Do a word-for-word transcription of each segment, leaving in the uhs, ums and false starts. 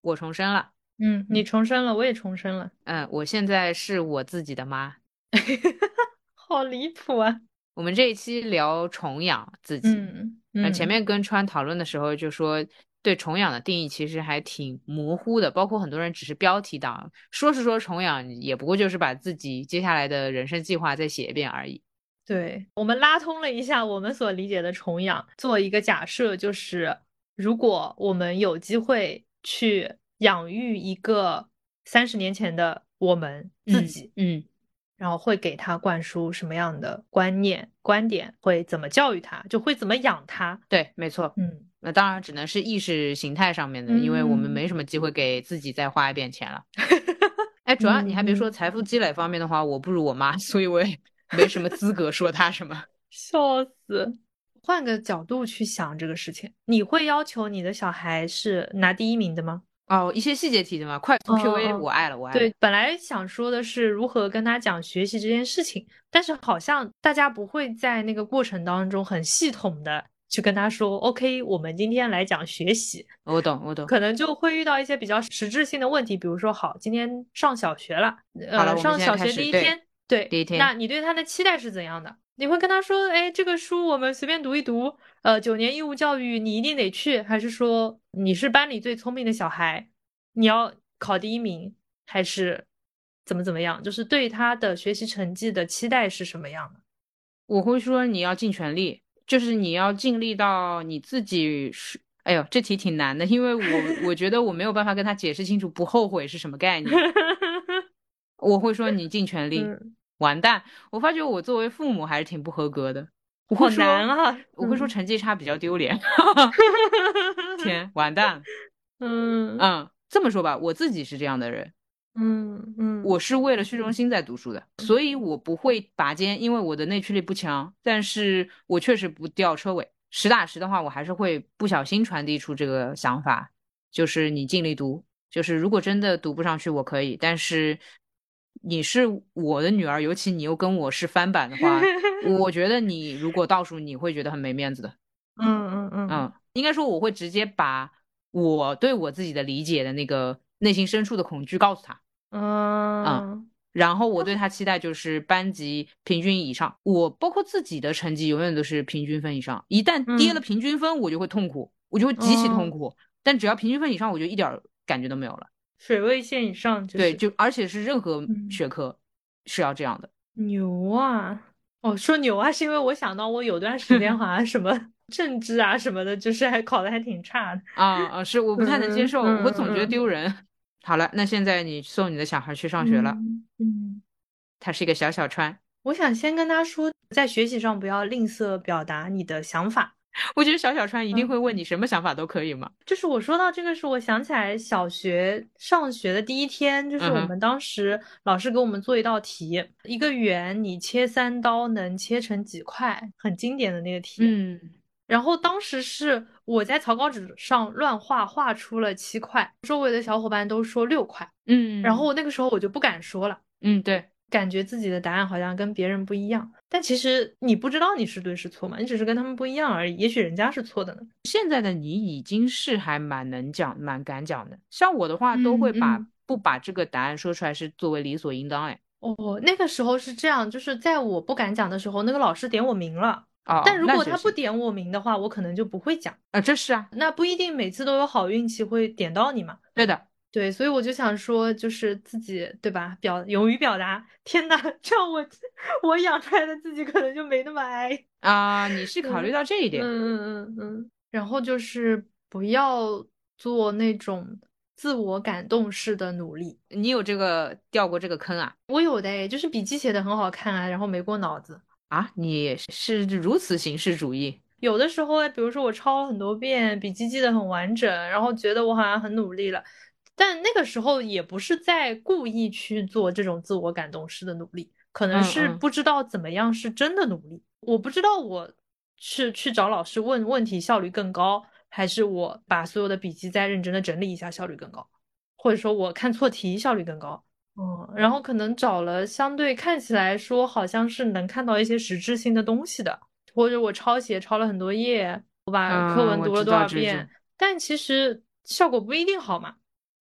我重生了。 嗯，你重生了，我也重生了。 嗯，我现在是我自己的妈。 好离谱啊！ 我们这一期聊宠养自己。 嗯呃，前嗯， 面跟川讨论的时候就说，对宠养的定义其实还挺模糊的，包括很多人只是标题党，说是说宠养，也不过就是把自己接下来的人生计划再写一遍而已。 对，我们拉通了一下我们所理解的重养，做一个假设，就是如果我们有机会去养育一个三十年前的我们自嗯己， 嗯， 然后会给他灌输什么样的观念、观点，会怎么教育他，就会怎么养他。 对，没错。 嗯那当然只能是意识形态上面的，因为我们嗯没什么机会给自己再花一遍钱了。哎，主要你还别说， 嗯嗯， 财富积累方面的话，我不如我妈，所以我也没什么资格说她什么。 笑死。换个角度去想这个事情，你会要求你的小孩是拿第一名的吗？ 哦，一些细节题的嘛，快速嗯 Q A， 嗯嗯， 我爱了，我爱了。 对，本来想说的是如何跟他讲学习这件事情，但是好像大家不会在那个过程当中很系统的去跟他说，OK，我们今天来讲学习， 我懂，我懂。 可能就会遇到一些比较实质性的问题，比如说，好，今天上小学了，呃， 好了，我们上小学现在开始。对， 第一天，对， 第一天。 那你对他的期待是怎样的？你会跟他说，哎，这个书我们随便读一读，呃，九年义务教育你一定得去，还是说你是班里最聪明的小孩，你要考第一名，还是怎么怎么样？就是对他的学习成绩的期待是什么样的？ 我会说你要尽全力，就是你要尽力到你自己是。哎呦，这题挺难的，因为我我觉得我没有办法跟他解释清楚不后悔是什么概念。我会说你尽全力。 嗯， 完蛋，我发觉我作为父母还是挺不合格的。我会好说， 难啊， 我会说嗯， 成绩差比较丢脸。天，完蛋了。 嗯嗯，这么说吧，我自己是这样的人。 嗯嗯。 我是为了虚荣心在读书的，所以我不会拔尖，因为我的内驱力不强，但是我确实不吊车尾。实打实的话，我还是会不小心传递出这个想法，就是你尽力读，就是如果真的读不上去，我可以，但是你是我的女儿，尤其你又跟我是翻版的话，我觉得你如果倒数，你会觉得很没面子的。 嗯嗯嗯嗯，应该说我会直接把我对我自己的理解的那个内心深处的恐惧告诉他。嗯， 嗯然后我对他期待就是班级平均以上，我包括自己的成绩永远都是平均分以上，一旦跌了嗯平均分，我就会痛苦，我就会极其痛嗯， 苦。但只要平均分以上，我就一点感觉都没有了。 水位线以上就对， 是， 就而且是任何嗯， 学科是要这样的。 牛啊！哦，说牛啊，是因为我想到我有段时间好像什么政治啊什么的，就是还考的还挺差的。 啊啊，是我不太能接嗯嗯受，我总觉得嗯嗯丢人。好了，那现在你送你的小孩去上学了， 嗯嗯嗯， 他是一个小小川。 我想先跟他说，在学习上不要吝啬表达你的想法。 我觉得小小川一定嗯。 会问你什么想法都可以吗？ 就是我说到这个时，我想起来小学上学的第一天，就是嗯哼。 我们当时老师给我们做一道题，一个圆你切三刀能切成几块，很经典的那个题。 嗯然后当时是我在草稿纸上乱画，画出了七块，周围的小伙伴都说六块，然后嗯我那个时候我就不敢说了。 嗯，对。 感觉自己的答案好像跟别人不一样，但其实你不知道你是对是错嘛，你只是跟他们不一样而已，也许人家是错的呢。 现在的你已经是还蛮能讲、蛮敢讲的。像我的话，都会把嗯嗯。 不把这个答案说出来是作为理所应当。哎， 哦，那个时候是这样，就是在我不敢讲的时候，那个老师点我名了。 哦哦， 但如果那就行。 他不点我名的话，我可能就不会讲。 啊，这是啊。 那不一定每次都有好运气会点到你嘛。 对的。 对，所以我就想说，就是自己对吧，表勇于表达。天呐，这样我我养出来的自己可能就没那么矮。 啊，你是考虑嗯到这一点。 嗯嗯嗯嗯，然后就是不要做那种自我感动式的努力。 你有这个掉过这个坑啊？ 我有的诶，就是笔记写的很好看啊，然后没过脑子。 啊，你是如此形式主义。 有的时候，比如说我抄了很多遍，笔记记得很完整，然后觉得我好像很努力了，但那个时候也不是在故意去做这种自我感动式的努力，可能嗯嗯是不知道怎么样是真的努力。我不知道我是去找老师问问题效率更高，还是我把所有的笔记再认真的整理一下效率更高，或者说我看错题效率更高。嗯，然后可能找了相对看起来说好像是能看到一些实质性的东西的。或者我抄写抄了很多页，我把课嗯， 文读了多我知道这种。 少遍，但其实效果不一定好嘛。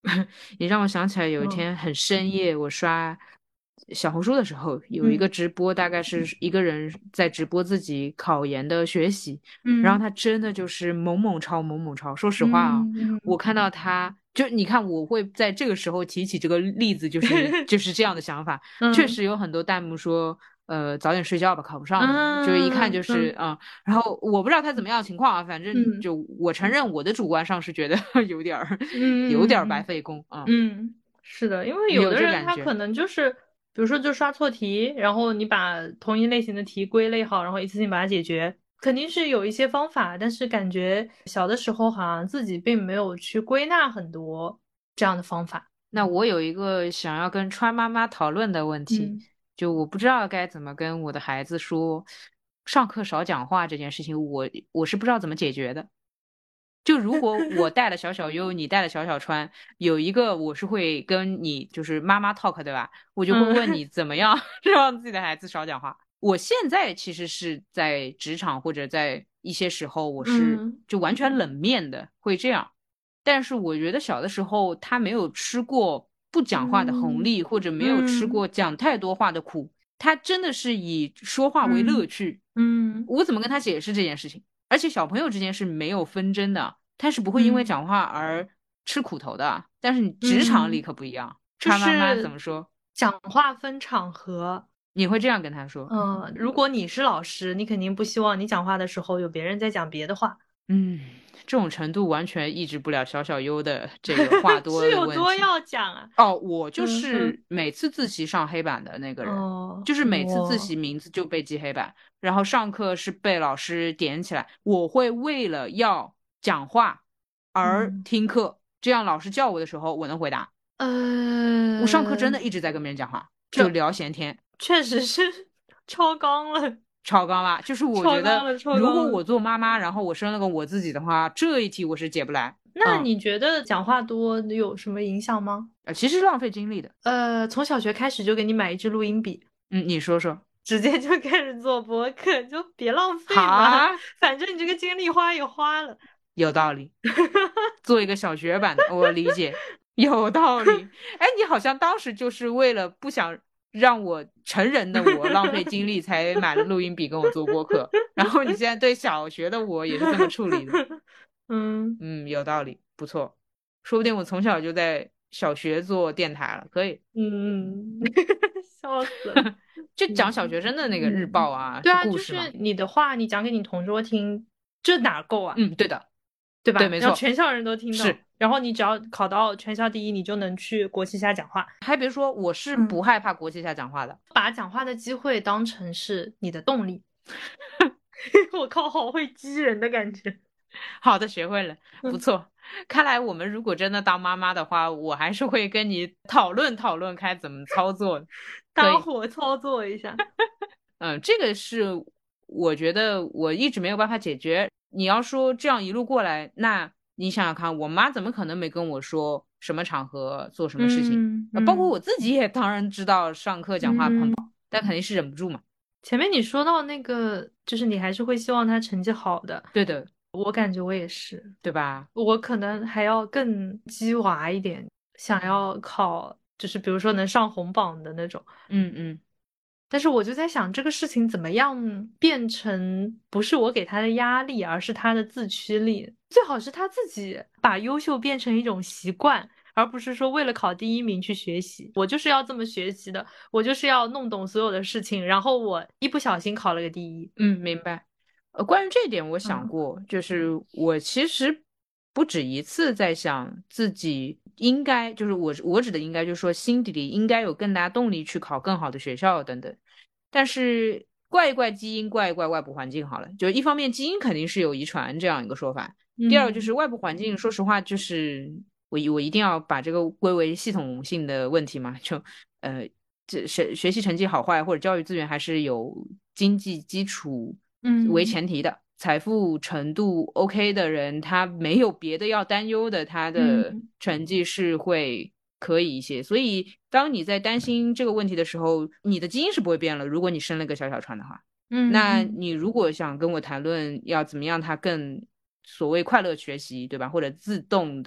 你让我想起来有一嗯天很深夜，我刷小红书的时候，有一嗯个直播，大概是一个人在直播自己考研的学习，然后嗯他真的就是猛猛抄，猛猛抄。说实话啊， 嗯嗯我看到他，就你看，我会在这个时候提起这个例子，就是就是这样的想法。确嗯实有很多弹幕说，呃，早点睡觉吧，考不上的，就一看就嗯嗯是啊、嗯然后我不知道他怎么样的情况啊，反正嗯就我承认我的主观上是觉得有点儿有点儿白嗯嗯费功啊。 嗯，是的，因为有有的这感觉。 人他可能就是，比如说就刷错题，然后你把同一类型的题归类好，然后一次性把它解决，肯定是有一些方法，但是感觉小的时候好像自己并没有去归纳很多这样的方法。 那我有一个想要跟川妈妈讨论的问题， 嗯就我不知道该怎么跟我的孩子说，上课少讲话这件事情我，我是不知道怎么解决的。就如果我带了小小优，你带了小小川，有一个我是会跟你就是妈妈 talk 对吧？我就会问嗯你怎么样让自己的孩子少讲话。我现在其实是在职场或者在一些时候，我是嗯就完全冷面的会这样。但是我觉得小的时候他没有吃过不讲话的红嗯利，或者没有吃嗯过讲太多话的苦，他真的是以说话为乐嗯趣。 嗯我怎么跟他解释这件事情？而且小朋友之间是没有纷争的，他是不会因为嗯讲话而吃苦头的。但是你职场里嗯， 可不一样， 就川妈妈怎是么说？ 讲话分场合。 你会这样跟他说？ 嗯，如果你是老师，你肯定不希望你讲话的时候有别人在讲别的话。 嗯，这种程度完全抑制不了小小优的这个话多是的问题。 有多要讲啊？ 哦，我就嗯嗯， 是每次自习上黑板的那个人， 哦， 就是每次自我习名字就被记黑板，然后上课是被老师点起来。我会为了要讲话而嗯听课，这样老师叫我的时候我能回答。我上课真呃， 的一直在跟别人讲话，就这聊闲天。 确实是超纲了， 超纲啦，就是我觉得超纲了，超纲了。 如果我做妈妈，然后我生了个我自己的话，这一题我是解不来。嗯， 那你觉得讲话多有什么影响吗？ 呃其实是浪费精力的。 呃，从小学开始就给你买一支录音笔， 嗯，你说说。 直接就开始做播客，就别浪费嘛， 好啊， 反正你这个精力花也花了。 有道理。做一个小学版的，我理解，有道理。哎，你好像当时就是为了不想让我成人的我浪费精力，才买了录音笔跟我做播客。然后你现在对小学的我也是这么处理的。 嗯嗯，有道理，不错。说不定我从小就在小学做电台了，可以。 嗯，笑死了。 就讲小嗯学生的那个日嗯， 报啊，是对啊，就故事嘛。 是你的话，你讲给你同桌听，这哪够啊？ 嗯，对的， 对吧？ 对，没错， 让全校人都听到， 是。 然后你只要考到全校第一，你就能去国旗下讲话。 还别说，我是嗯， 不害怕国际下讲话的。 把讲话的机会当成是你的动力。我靠，好会激人的感觉。 好的，学会了，不嗯， 错。看来我们如果真的当妈妈的话，我还是会跟你讨论讨论开怎么操作的。可搭以。 伙操作一下。 嗯，这个是我觉得我一直没有办法解决。你要说这样一路过来，那你想想看，我妈怎么可能没跟我说什么场合做什么事情？呃，包括嗯嗯我自己也当然知道上课讲话很嗯。 不好，但肯定是忍不住嘛。 前面你说到那个，就是你还是会希望他成绩好的， 对的， 我感觉我也是， 对吧？ 我可能还要更鸡娃一点，想要考，就是比如说能上红榜的那种。 嗯嗯。 但是我就在想，这个事情怎么样变成不是我给他的压力，而是他的自驱力？最好是他自己把优秀变成一种习惯，而不是说为了考第一名去学习。我就是要这么学习的，我就是要弄懂所有的事情，然后我一不小心考了个第一。 嗯，明白。呃，关于这一点，我想嗯过，就是我其实不止一次在想自己应该，就是我我指的应该，就是说心底里应该有更大动力去考更好的学校等等。但是怪一怪基因，怪一怪外部环境好了。就一方面基因肯定是有遗传这样一个说法，第二个就是嗯外部环境，说实话就是我我一定要把这个归为系统性的问题嘛，就呃这学学习成绩好坏或者教育资源还是有经济基础为嗯前提的。财富程度 OK 的人，他没有别的要担忧的，他的嗯成绩是会可以一些。所以当你在担心这个问题的时候，你的基因是不会变了。如果你生了个小小川的话，那嗯你如果想跟我谈论要怎么样他更所谓快乐学习，对吧？或者自动的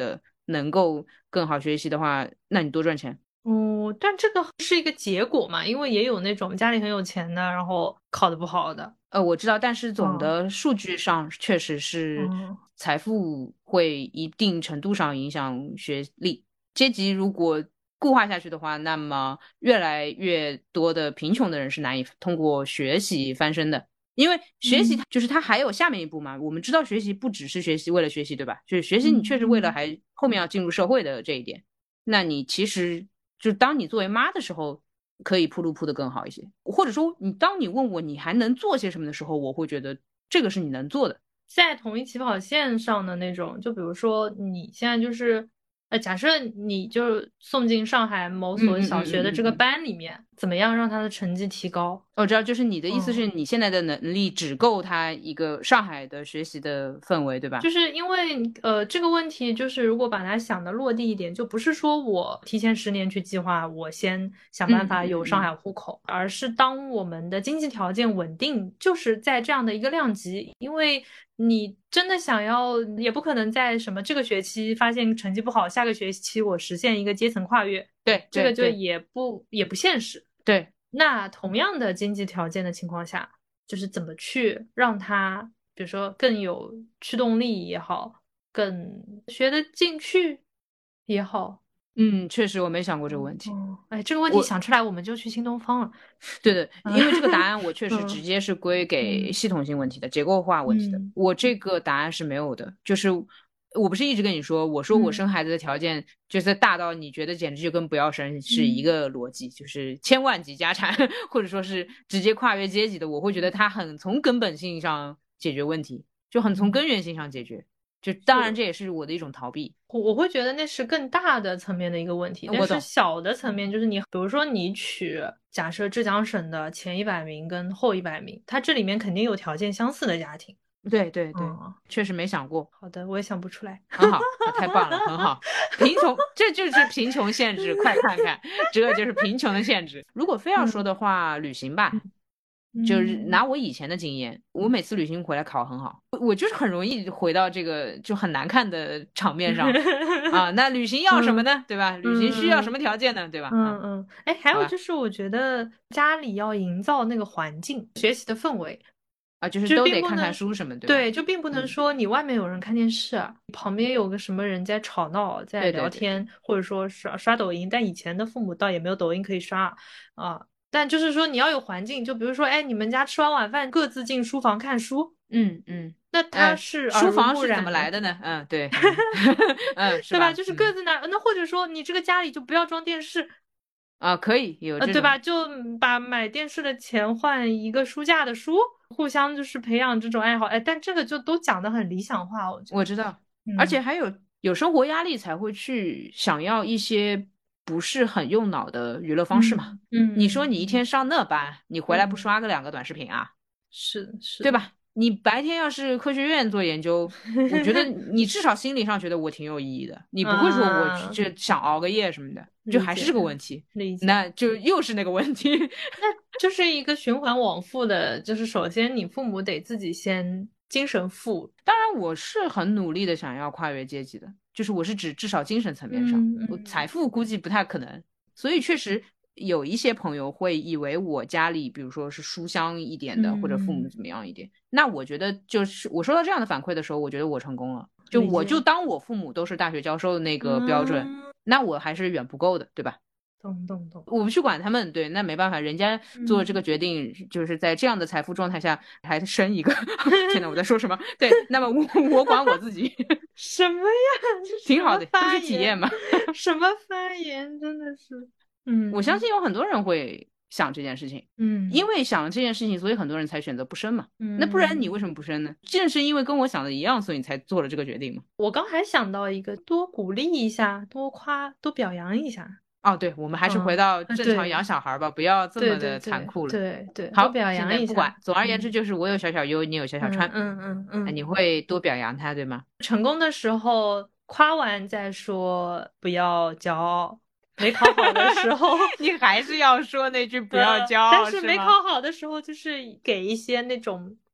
能够更好学习的话，那你多赚钱。 哦，但这个是一个结果嘛，因为也有那种家里很有钱的，然后考得不好的。 呃，我知道，但是总嗯的数据上确实是嗯财富会一定程度上影响学历。阶级如果固化下去的话，那么越来越多的贫穷的人是难以通过学习翻身的。因为学习嗯它就是它还有下面一步嘛，我们知道学习不只是学习为了学习，对吧？就是学习你确实为了嗯嗯还后面要进入社会的这一点。那你其实就是当你作为妈的时候，可以铺路铺得更好一些，或者说你当你问我你还能做些什么的时候，我会觉得这个是你能做的。 在同一起跑线上的那种，就比如说你现在就是，呃，假设你就送进上海某所嗯嗯嗯小学的这个嗯嗯嗯， 班里面，怎么样让他的成绩提高？ 我知道，就是你的意思嗯。 是你现在的能力只够他一个上海的学习的氛围，对吧？ 就是因为呃这个问题，就是如果把它想的落地一点，就不是说我提前十年去计划，我先想办嗯嗯法有上嗯嗯， 海户口，而是当我们的经济条件稳定，就是在这样的一个量级，因为你真的想要，也不可能在什么这个学期发现成绩不好，下个学期我实现一个阶层跨越， 对这个就对对也不也不现实。 对， 那同样的经济条件的情况下，就是怎么去让他，比如说更有驱动力也好，更学得进去也好。 嗯，确实我没想过这个问题。 哦，哎，这个问题我想出来，我们就去新东方了。 对的， 嗯因为这个答案我确实直嗯接是归给嗯系统性问题的、结构化问题的。 嗯我这个答案是没有的，就是我不是一直跟你说，我说我嗯生孩子的条件就是大到你觉得简直就跟不要生是一嗯个逻辑，就是千万级家产，或者说是直接跨越阶级的，我会觉得它很从根本性上解决问题，就很从嗯， 根源性上解决。就当然是。 这也是我的一种逃避。 我我会觉得那是更大的层面的一个问题，但是我懂， 小的层面就是你，比如说你取假设浙江省的前一百名跟后一百名，它这里面肯定有条件相似的家庭。 对对对， 嗯， 确实没想过。 好的，我也想不出来。 很好，那太棒了，很好。贫穷，这就是贫穷限制，快看看，这就是贫穷的限制。如果非要说嗯的话，旅行吧，就是嗯拿我以前的经验，我每次旅行回来考很好，我我就是很容易回到这个就很难看的场面上啊。那旅行要什么呢？对吧？旅行需要什么条件呢？对吧？啊， 嗯嗯，哎，还好吧， 有就是，我觉得家里要营造那个环境，学习的氛围， 啊，就是就都得看看并不能， 书什么，对吧？ 对，就并不能嗯， 说你外面有人看电视，旁边有个什么人在吵闹，在对对对， 聊天，或者说刷刷抖音。但以前的父母倒也没有抖音可以刷啊。但就是说你要有环境，就比如说，哎，你们家吃完晚饭各自进书房看书， 嗯嗯。 那他呃， 是耳濡书房是怎么目染的。 来的呢？嗯，对，嗯，嗯，是对吧？ 吧？ 就是各嗯， 自拿，那或者说你这个家里就不要装电视， 啊，可以有呃， 这种。 对吧？就把买电视的钱换一个书架的书，互相就是培养这种爱好。哎，但这个就都讲的很理想化，我觉得。 我知道，而且嗯还有有生活压力才会去想要一些不是很用脑的娱乐方式嘛。 嗯嗯你说你一嗯天上那班，你回来不嗯， 刷个两个短视频啊， 是的，是的。 对吧？你白天要是科学院做研究，我觉得你至少心理上觉得我挺有意义的，你不会说我去啊， 就想熬个夜什么的，就理解还是这个问题， 理解。 那就又是那个问题。 那就是一个循环往复的，就是首先你父母得自己先精神富。 当然，我是很努力的想要跨越阶级的，就是我是指至少精神层面上， 嗯我财嗯富估计不太可能，所以确实有一些朋友会以为我家里，比如说是书香一点的，或者父母嗯， 怎么样一点，那我觉得就是我收到这样的反馈的时候，我觉得我成功了，就理解。 我就当我父母都是大学教授的那个标准， 嗯， 那我还是远不够的，对吧？ 懂懂懂。 我不去管他们，对，那没办法，人家做这个嗯。 决定，就是在这样的财富状态下还生一个。天呐，我在说什么？对，那么我我管我自己， 什么呀？这什么挺好的，都是体发言？ 验嘛。 什么发言？真的是。嗯我相信有很多人会想这件事情，因嗯为想了这件事情，所以很多人才选择不生嘛。那不然你为嗯， 什么不生呢？正是因为跟我想的一样，所以你才做了这个决定嘛。 我刚还想到一个，多鼓励一下，多夸，多表扬一下。 哦，对，我们还是回嗯， 到啊， 正常养对小孩吧，不要这对么的残对对酷了。 对对，多好， 表现扬一下。 在不管，总而言之嗯就是我有小小优，你有小小川， 嗯嗯嗯那你嗯， 会多表扬他，对吗？ 成功的时候夸完再说，不要骄傲。没考好的时候， 你还是要说那句不要呃， 骄傲但是没是吗？ 考好的时候，就是给一些那种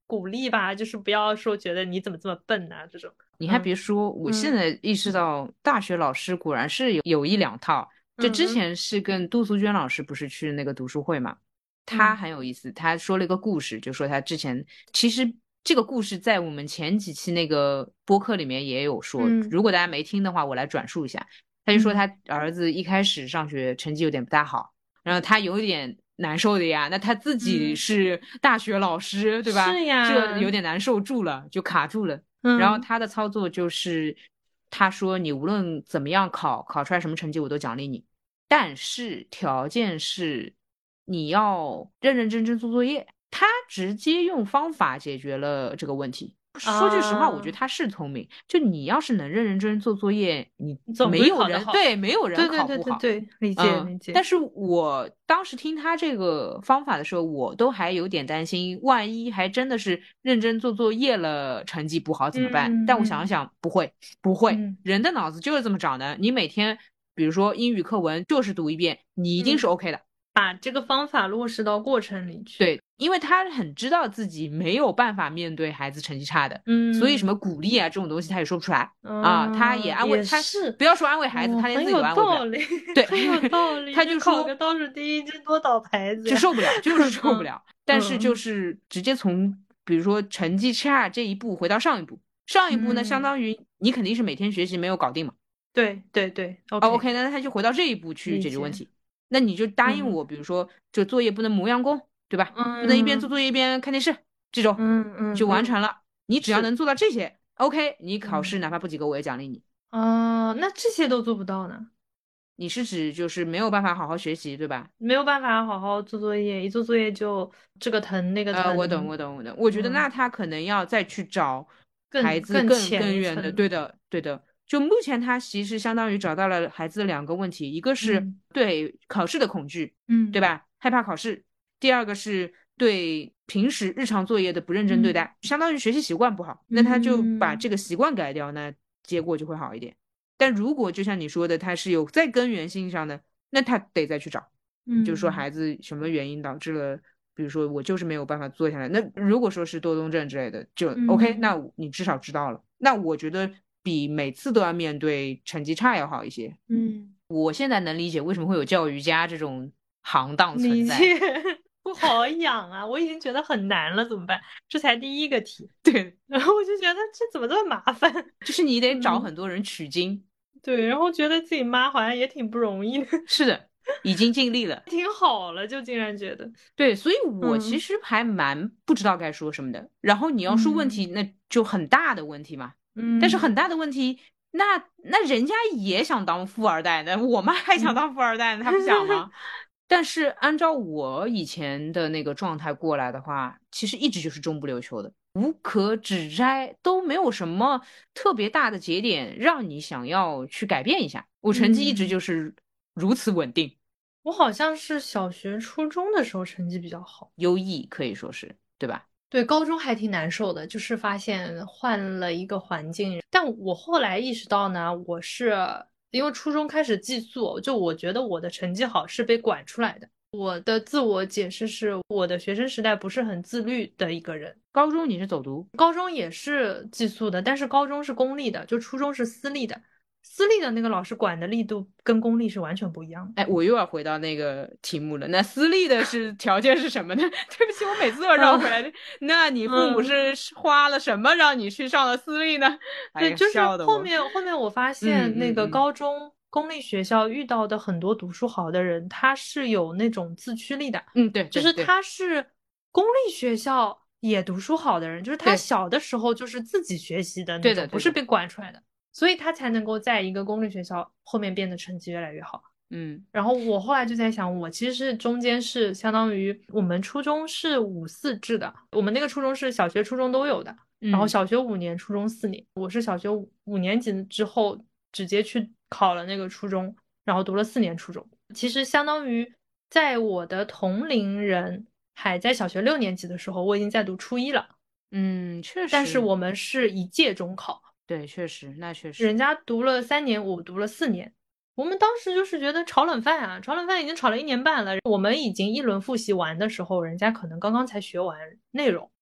鼓励吧，就是不要说觉得你怎么这么笨啊这种。 你还别说，我现在意识到大学老师果然是有有一两套。就之前是跟杜苏娟老师不是去那个读书会嘛，他很有意思，他说了一个故事，就说他之前其实这个故事在我们前几期那个播客里面也有说，如果大家没听的话，我来转述一下。他就说他儿子一开始上学成绩有点不大好，然后他有点难受的呀，那他自己是大学老师，对吧？ 是呀， 这有点难受住了，就卡住了。然后他的操作就是，他说你无论怎么样考，考出来什么成绩我都奖励你，但是条件是你要认认真真做作业。他直接用方法解决了这个问题。说句实话，我觉得他是聪明。就你要是能认认真真做作业，你没有人对没有人考不好。 对对对对，理解理解。 但是我当时听他这个方法的时候，我都还有点担心，万一还真的是认真做作业了，成绩不好怎么办？但我想想，不会不会，人的脑子就是这么长的。你每天比如说英语课文就是读一遍，你一定是 OK 的。 把这个方法落实到过程里去。 对，因为他很知道自己没有办法面对孩子成绩差的， 嗯， 所以什么鼓励啊这种东西他也说不出来、嗯、啊，他也安慰他，不要说安慰孩子， 哦、 他连自己都安慰不了。对， 很有道理。 他就说考个倒数第一，这多倒牌子， 就受不了，就是受不了。但是就是直接从比如说成绩差这一步回到上一步，上一步呢、嗯、相当于你肯定是每天学习没有搞定嘛。 对对对 ，OK，, OK 那他就回到这一步去解决问题。那你就答应我、嗯、比如说这作业不能磨洋工，对吧、嗯、不能一边做作业一边看电视，这种嗯嗯就完成了、嗯、你只要能做到这些 OK， 你考试哪怕不及格我也奖励你。 哦、嗯，那这些都做不到呢？ 你是指就是没有办法好好学习对吧？ 没有办法好好做作业，一做作业就这个疼那个疼。 呃，我懂我懂我懂。我觉得那他可能要再去找孩子更更更远的。对的对的。就目前他其实相当于找到了孩子的两个问题，一个是对考试的恐惧， 嗯， 对吧？害怕考试。第二个是对平时日常作业的不认真对待，嗯、相当于学习习惯不好。那他就把这个习惯改掉，那结果就会好一点。但如果就像你说的，他是有在根源性上的，那他得再去找， 嗯， 就是说孩子什么原因导致了，比如说我就是没有办法做下来。那如果说是多动症之类的，就 OK，、嗯、那你至少知道了。那我觉得比每次都要面对成绩差要好一些。 嗯， 我现在能理解为什么会有教育家这种行当存在。 理解，不好养啊！我已经觉得很难了，怎么办？这才第一个题。 对， 然后我就觉得这怎么这么麻烦？ 就是你得找很多人取经。嗯、 对，然后觉得自己妈好像也挺不容易的。 是的，已经尽力了， 挺好了，就竟然觉得。 对，所以我其实还蛮不知道该说什么的。嗯、然后你要说问题、嗯，那就很大的问题嘛。 嗯， 但是很大的问题，那那人家也想当富二代呢，我妈还想当富二代呢，她、嗯、不想吗？但是按照我以前的那个状态过来的话，其实一直就是中不溜秋的，无可指摘，都没有什么特别大的节点让你想要去改变一下。我成绩一直就是如此稳定。 嗯、我好像是小学初中的时候成绩比较好， 优异可以说是，对吧？ 对，高中还挺难受的，就是发现换了一个环境。但我后来意识到呢，我是因为初中开始寄宿，就我觉得我的成绩好是被管出来的。我的自我解释是我的学生时代不是很自律的一个人。 高中你是走读？ 高中也是寄宿的，但是高中是公立的，就初中是私立的。私立的那个老师管的力度跟公立是完全不一样的。 哎，我又要回到那个题目了。那私立的是条件是什么呢？对不起，我每次都要绕回来的。嗯、那你父母是花了什么让你去上了私立呢？ 嗯、对， 哎、 就是后面后面我发现那个高中、嗯、公立学校遇到的很多读书好的人，他是有那种自驱力的。 嗯，对， 就是他是公立学校也读书好的人，就是他小的时候就是自己学习的那种， 对的， 不是被管出来的。所以他才能够在一个公立学校后面变得成绩越来越好。 嗯， 然后我后来就在想，我其实是中间是相当于我们初中是五四制的，我们那个初中是小学初中都有的， 嗯、 然后小学五年初中四年，我是小学五五年级之后直接去考了那个初中，然后读了四年初中。其实相当于在我的同龄人还在小学六年级的时候，我已经在读初一了。 嗯，确实。 但是我们是一届中考。 对，确实，那确实， 人家读了三年，我读了四年。我们当时就是觉得炒冷饭啊，炒冷饭已经炒了一年半了。我们已经一轮复习完的时候，人家可能刚刚才学完内容。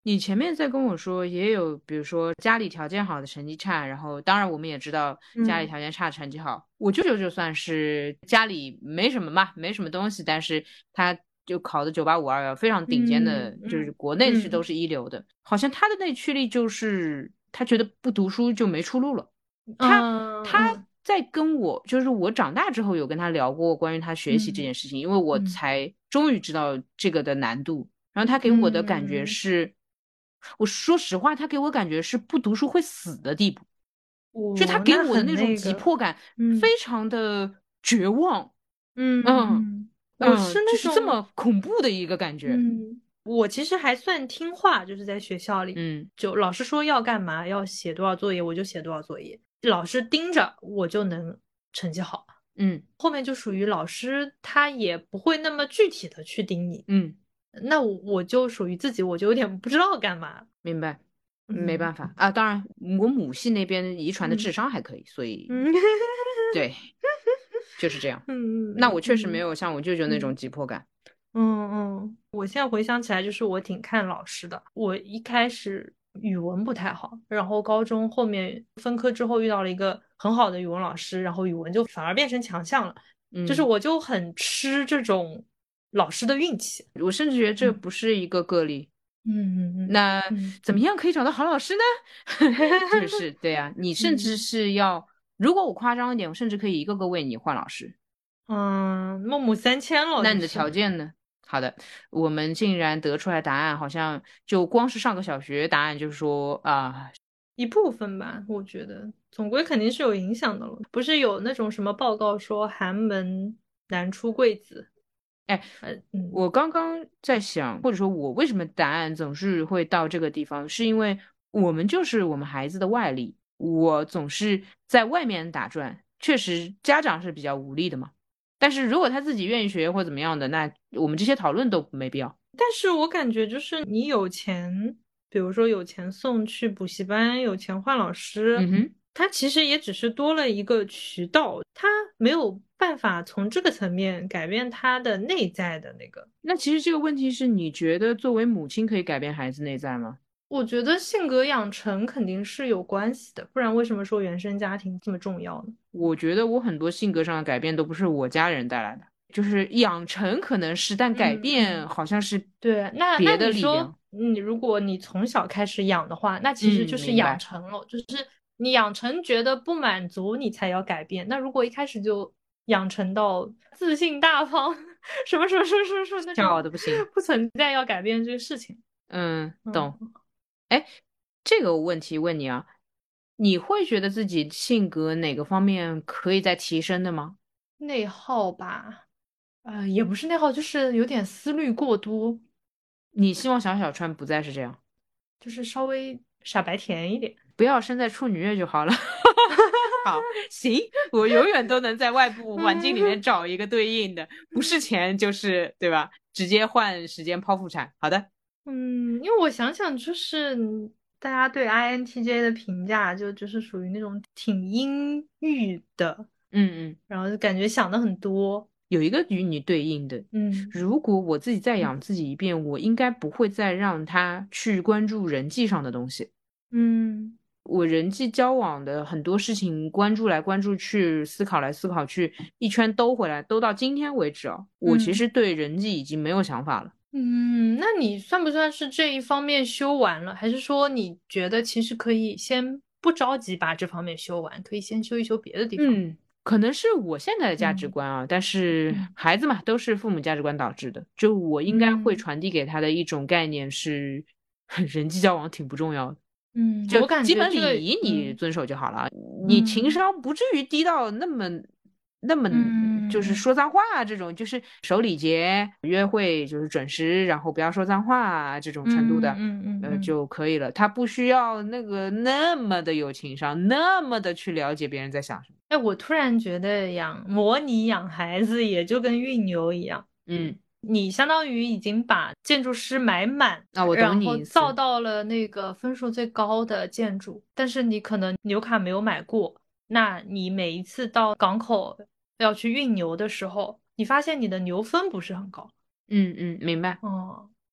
你前面在跟我说，也有比如说家里条件好的成绩差，然后当然我们也知道家里嗯条件差成绩好。我舅舅就算是家里没什么嘛，没什么东西，但是他就考的九八五二幺，非常顶尖的， 嗯就是嗯国内是都嗯是一流的。好像他的内驱力就是他觉得不读书就没出路了。他他嗯嗯在跟我，就是我长大之后有跟他聊过关于他学习这嗯件事情，因为我嗯才终于知道这个的难度。然后他给我的感觉嗯， 是，我说实话，他给我感觉是不读书会死的地步，就他我那给我的那种很那个， 急迫感， 嗯非常的绝望。 嗯嗯嗯，我是嗯，就是这那种。 么恐怖的一个感觉。 嗯，我其实还算听话，就是在学校里， 嗯就老师说要干嘛，要写多少作业，我就写多少作业，老师盯着我就能成绩好。 嗯后面就属于老师他也不会那么具体的去盯你， 嗯， 那我我就属于自己，我就有点不知道干嘛。 明白。没嗯办法啊，当然我母系那边遗传的嗯智商还可以，所以嗯对，就是这样。那我嗯确实没嗯有像我舅舅那种嗯急迫感。 嗯嗯，我现在回想起来，就是我挺看老师的。我一开始语文不太好，然后高中后面分科之后遇到了一个很好的语文老师，然后语文就反而变成强项了。就是嗯， 我就很吃这种老师的运气。 我甚至觉得这嗯不是一个个例。 嗯嗯那嗯怎么样可以找到好老师呢？就是对呀、你甚至嗯是要，如果我夸张一点，我甚至可以一个个为你换老师。 嗯，孟母三迁了， 那你的就是。 条件呢？好的，我们竟然得出来答案，好像就光是上个小学，答案就是说啊。 一部分吧，我觉得总归肯定是有影响的了。不是有那种什么报告说寒门难出贵子？ 哎， 呃，嗯我刚刚在想，或者说我为什么答案总是会到这个地方，是因为我们就是我们孩子的外力，我总是在外面打转，确实家长是比较无力的嘛。但是如果他自己愿意学或怎么样的，那我们这些讨论都没必要。 但是我感觉就是你有钱，比如说有钱送去补习班，有钱换老师， 嗯哼。 他其实也只是多了一个渠道，他没有办法从这个层面改变他的内在的那个。 那其实这个问题是你觉得作为母亲可以改变孩子内在吗？ 我觉得性格养成肯定是有关系的，不然为什么说原生家庭这么重要呢？ 我觉得我很多性格上的改变都不是我家人带来的，就是养成可能是，但改嗯嗯。 变好像是对，那那别的你说， 力量。 你如果你从小开始养的话，那其实就嗯， 是养明白。 成了，就是你养成觉得不满足，你才要改变。那如果一开始就养成到自信大方，什么什么什么什么什么，那笑就的不行。 不存在要改变这个事情。 嗯，懂。 嗯， 哎，这个问题问你啊，你会觉得自己性格哪个方面可以再提升的吗？ 内耗吧，呃，也不是内耗，就是有点思虑过多， 你希望小小川不再是这样， 就是稍微傻白甜一点。 不要生在处女月就好了。好，行，我永远都能在外部环境里面嗯找一个对应的，不是钱就是，对吧？直接换时间剖腹产。好的。 嗯，因为我想想，就是大家对 I N T J 的评价，就就是属于那种挺阴郁的， 嗯嗯， 然后就感觉想的很多。 有一个与你对应的， 嗯如果我自己再嗯养自己一遍，我应该不会再让他去关注人际上的东西。 嗯我人际交往的很多事情，关注来关注去，思考来思考去，一圈兜回来，兜到今天为止啊，我其嗯实对人际已经没有想法了。 嗯，那你算不算是这一方面修完了？还是说你觉得其实可以先不着急把这方面修完，可以先修一修别的地方？ 嗯，可能是我现在的价值嗯观啊，但是嗯孩子嘛，都是父母价值观导致的。就我应该会嗯传递给他的一种概念是，人际交往挺不重要的。 嗯， 就我感基本觉这个， 礼仪你嗯遵守就好了，你情嗯商不至于低到那么那么就是嗯说脏话啊这种，就是守礼节、约会就是准时，然后不要说脏话啊这种程度的， 嗯嗯嗯呃嗯。 就可以了。他不需要那个那么的有情商，那么的去了解别人在想什么。 哎，我突然觉得养模拟养孩子也就跟运牛一样， 嗯， 你相当于已经把建筑师买满， 那我懂然后你意思。 造到了那个分数最高的建筑，但是你可能牛卡没有买过，那你每一次到港口要去运牛的时候，你发现你的牛分不是很高。 嗯嗯，明白。 哦，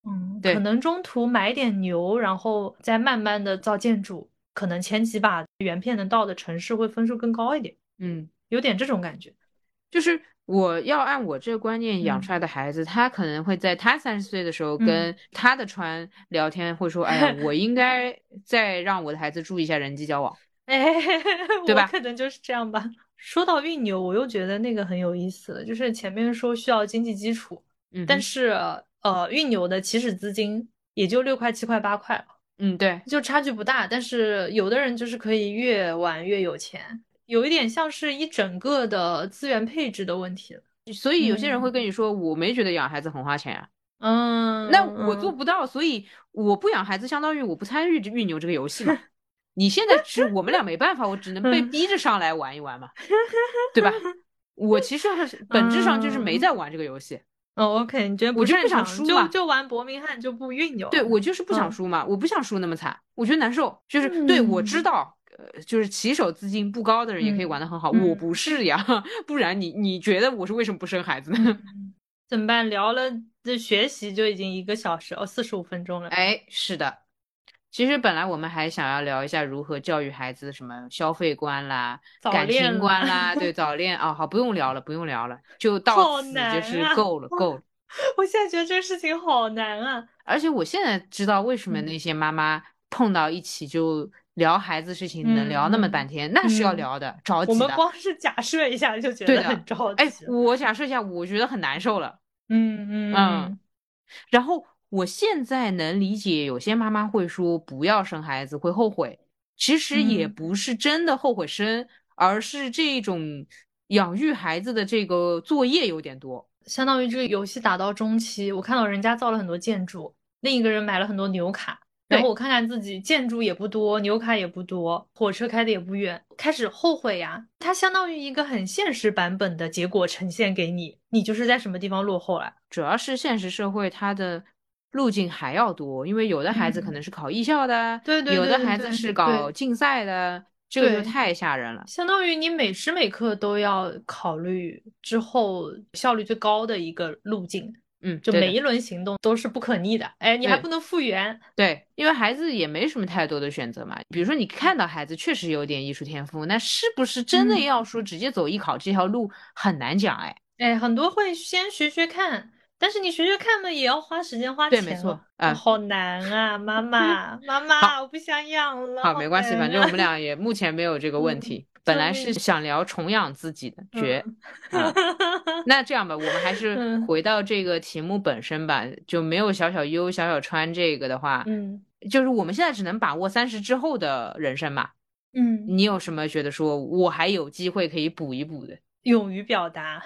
嗯，可对， 能中途买点牛，然后再慢慢的造建筑，可能前几把原片能到的城市会分数更高一点， 嗯。 有点这种感觉。 就是我要按我这个观念养出嗯来的孩子，他可能会在他三十岁的时候嗯， 跟他的船聊天，会说：“哎呀，我应该再让我的孩子注意一下人际交往， 哎， 对吧？” 我可能就是这样吧。说到运牛，我又觉得那个很有意思，就是前面说需要经济基础， 嗯哼， 但是呃，运牛的起始资金也就六块、七块、八块了， 嗯，对。 就差距不大。但是有的人就是可以越玩越有钱，有一点像是一整个的资源配置的问题了。 所以有些人会嗯跟你说：“我没觉得养孩子很花钱啊。”那我做嗯嗯不到，所以我不养孩子，相当于我不参与这运牛这个游戏嘛。你现在只我们俩没办法，我只能被嗯逼着上来玩一玩嘛，对吧？我其实还是本质上就是没嗯， 在玩这个游戏， 哦，OK，你觉得不我就不想擅长， 输嘛。 就就玩伯明翰就不运牛对， 了。 我就是不想嗯输嘛，我不想输那么惨，我觉得难受。就是对我知嗯道，呃，就是起手资金不高的人也可以玩嗯得很好，我不嗯是呀，不然你你觉得我是为什么不生孩子呢？ 嗯，怎么办？聊了这学习就已经一个小时哦，四十五分钟了。 哎，是的，其实本来我们还想要聊一下如何教育孩子，什么消费观啦、 早感情恋了， 观啦，对，早恋啊，好，不用聊了，不用聊了，就到好此就难啊！ 是够了，够了。 我现在觉得这个事情好难啊。 而且我现在知道为什么嗯那些妈妈碰到一起就聊孩子事情能聊那么半嗯嗯天，那是要嗯， 聊的，着急的。 我们光是假设一下就觉对的， 得很着哎， 急了。 我假设一下，我觉得很难受了。 嗯嗯， 嗯然后我现在能理解有些妈妈会说不要生孩子会后悔，其实也嗯， 不是真的后悔生，而是这种养育孩子的这个作业有点多。 相当于这个游戏打到中期，我看到人家造了很多建筑，另一个人买了很多牛卡，然后我对， 看看自己建筑也不多，牛卡也不多，火车开的也不远，开始后悔呀。它相当于一个很现实版本的结果呈现给你，你就是在什么地方落后了。 主要是现实社会它的路径还要多，因为有的孩子可嗯， 能是考艺校的， 对对有的对对对孩子是搞对竞赛的，这个就对， 太吓人了。 相当于你每时每刻都要考虑之后效率最高的一个路径， 嗯，对的， 就每一轮行动都是不可逆的。哎，你还不对。 能复原。 对，因为孩子也没什么太多的选择嘛。比如说，你看到孩子确实有点艺术天赋，那是不是真的嗯。 要说直接走艺考这条路很难讲哎。 哎，很多会先学学看，但是你学学看嘛，也要花时间花对，没钱哦， 错，啊， 好难啊！妈妈，妈妈， 好， 我不想养了， 好， 好没关系，反正我难啊！ 们俩也目前没有这个问嗯， 题。本来是救命！ 想聊重养自己的，绝嗯， 啊。那这样吧，我们还是嗯回到这个题目本身吧，就没有小小优、小小川这个的话， 嗯就是我们现在只能把握三十之后的人生嘛。 嗯， 你有什么觉得说我还有机会可以补一补的？ 勇于表达。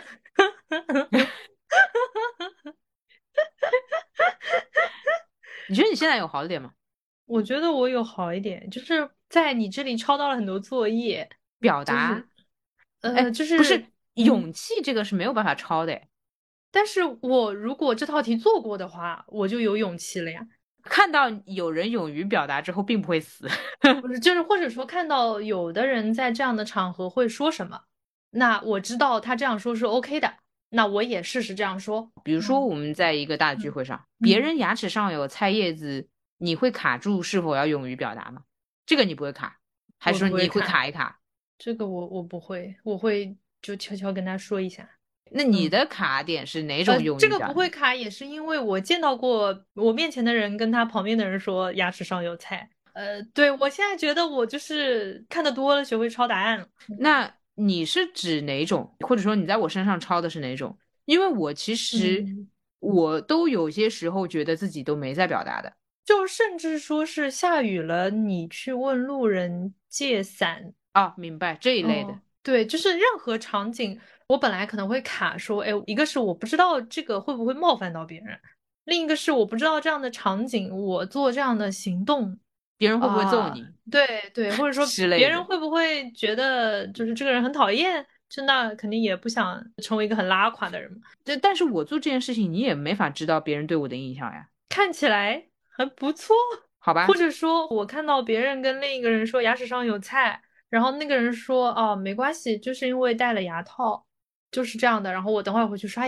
你觉得你现在有好一点吗？ 我觉得我有好一点，就是在你这里抄到了很多作业， 表达， 就是呃， 哎， 就是不是， 嗯， 勇气这个是没有办法抄的。 但是我如果这套题做过的话，我就有勇气了呀。 看到有人勇于表达之后，并不会死。 不是，就是或者说看到有的人在这样的场合会说什么，那我知道他这样说是 OK 的，那我也试试这样说。 比如说， 嗯我们在一个大的聚嗯会上，别嗯， 人牙齿上有菜叶子，你会卡住是否要勇于表达吗？这个你不会卡，还我是说你会不会卡卡一卡？ 这个我我不会，我会就悄悄跟他说一下。 那你嗯， 的卡点是哪呃， 种勇这个不于表达？ 会卡也是因为我见到过我面前的人跟他旁边的人说牙齿上有菜。呃，对，我现在觉得我就是看得多了，学会抄答案了。 那你是指哪种，或者说你在我身上抄的是哪种？因为我其实嗯。 我都有些时候觉得自己都没在表达的就甚至说是下雨了，你去问路人借伞。 啊，明白这一类的。 哦，对，就是任何场景，我本来可能会卡说，哎，一个是我不知道这个会不会冒犯到别人，另一个是我不知道这样的场景，我做这样的行动别人会不会揍啊， 你对对，或者说之类的？ 别人会不会觉得就是这个人很讨厌，就那肯定也不想成为一个很拉垮的人嘛， 对，但是我做这件事情，你也没法知道别人对我的印象呀， 看起来还不错。 好吧？ 或者说我看到别人跟另一个人说牙齿上有菜，然后那个人说哦没关系，就是因为戴了牙套，就是这样的。然后我等会儿回去刷牙，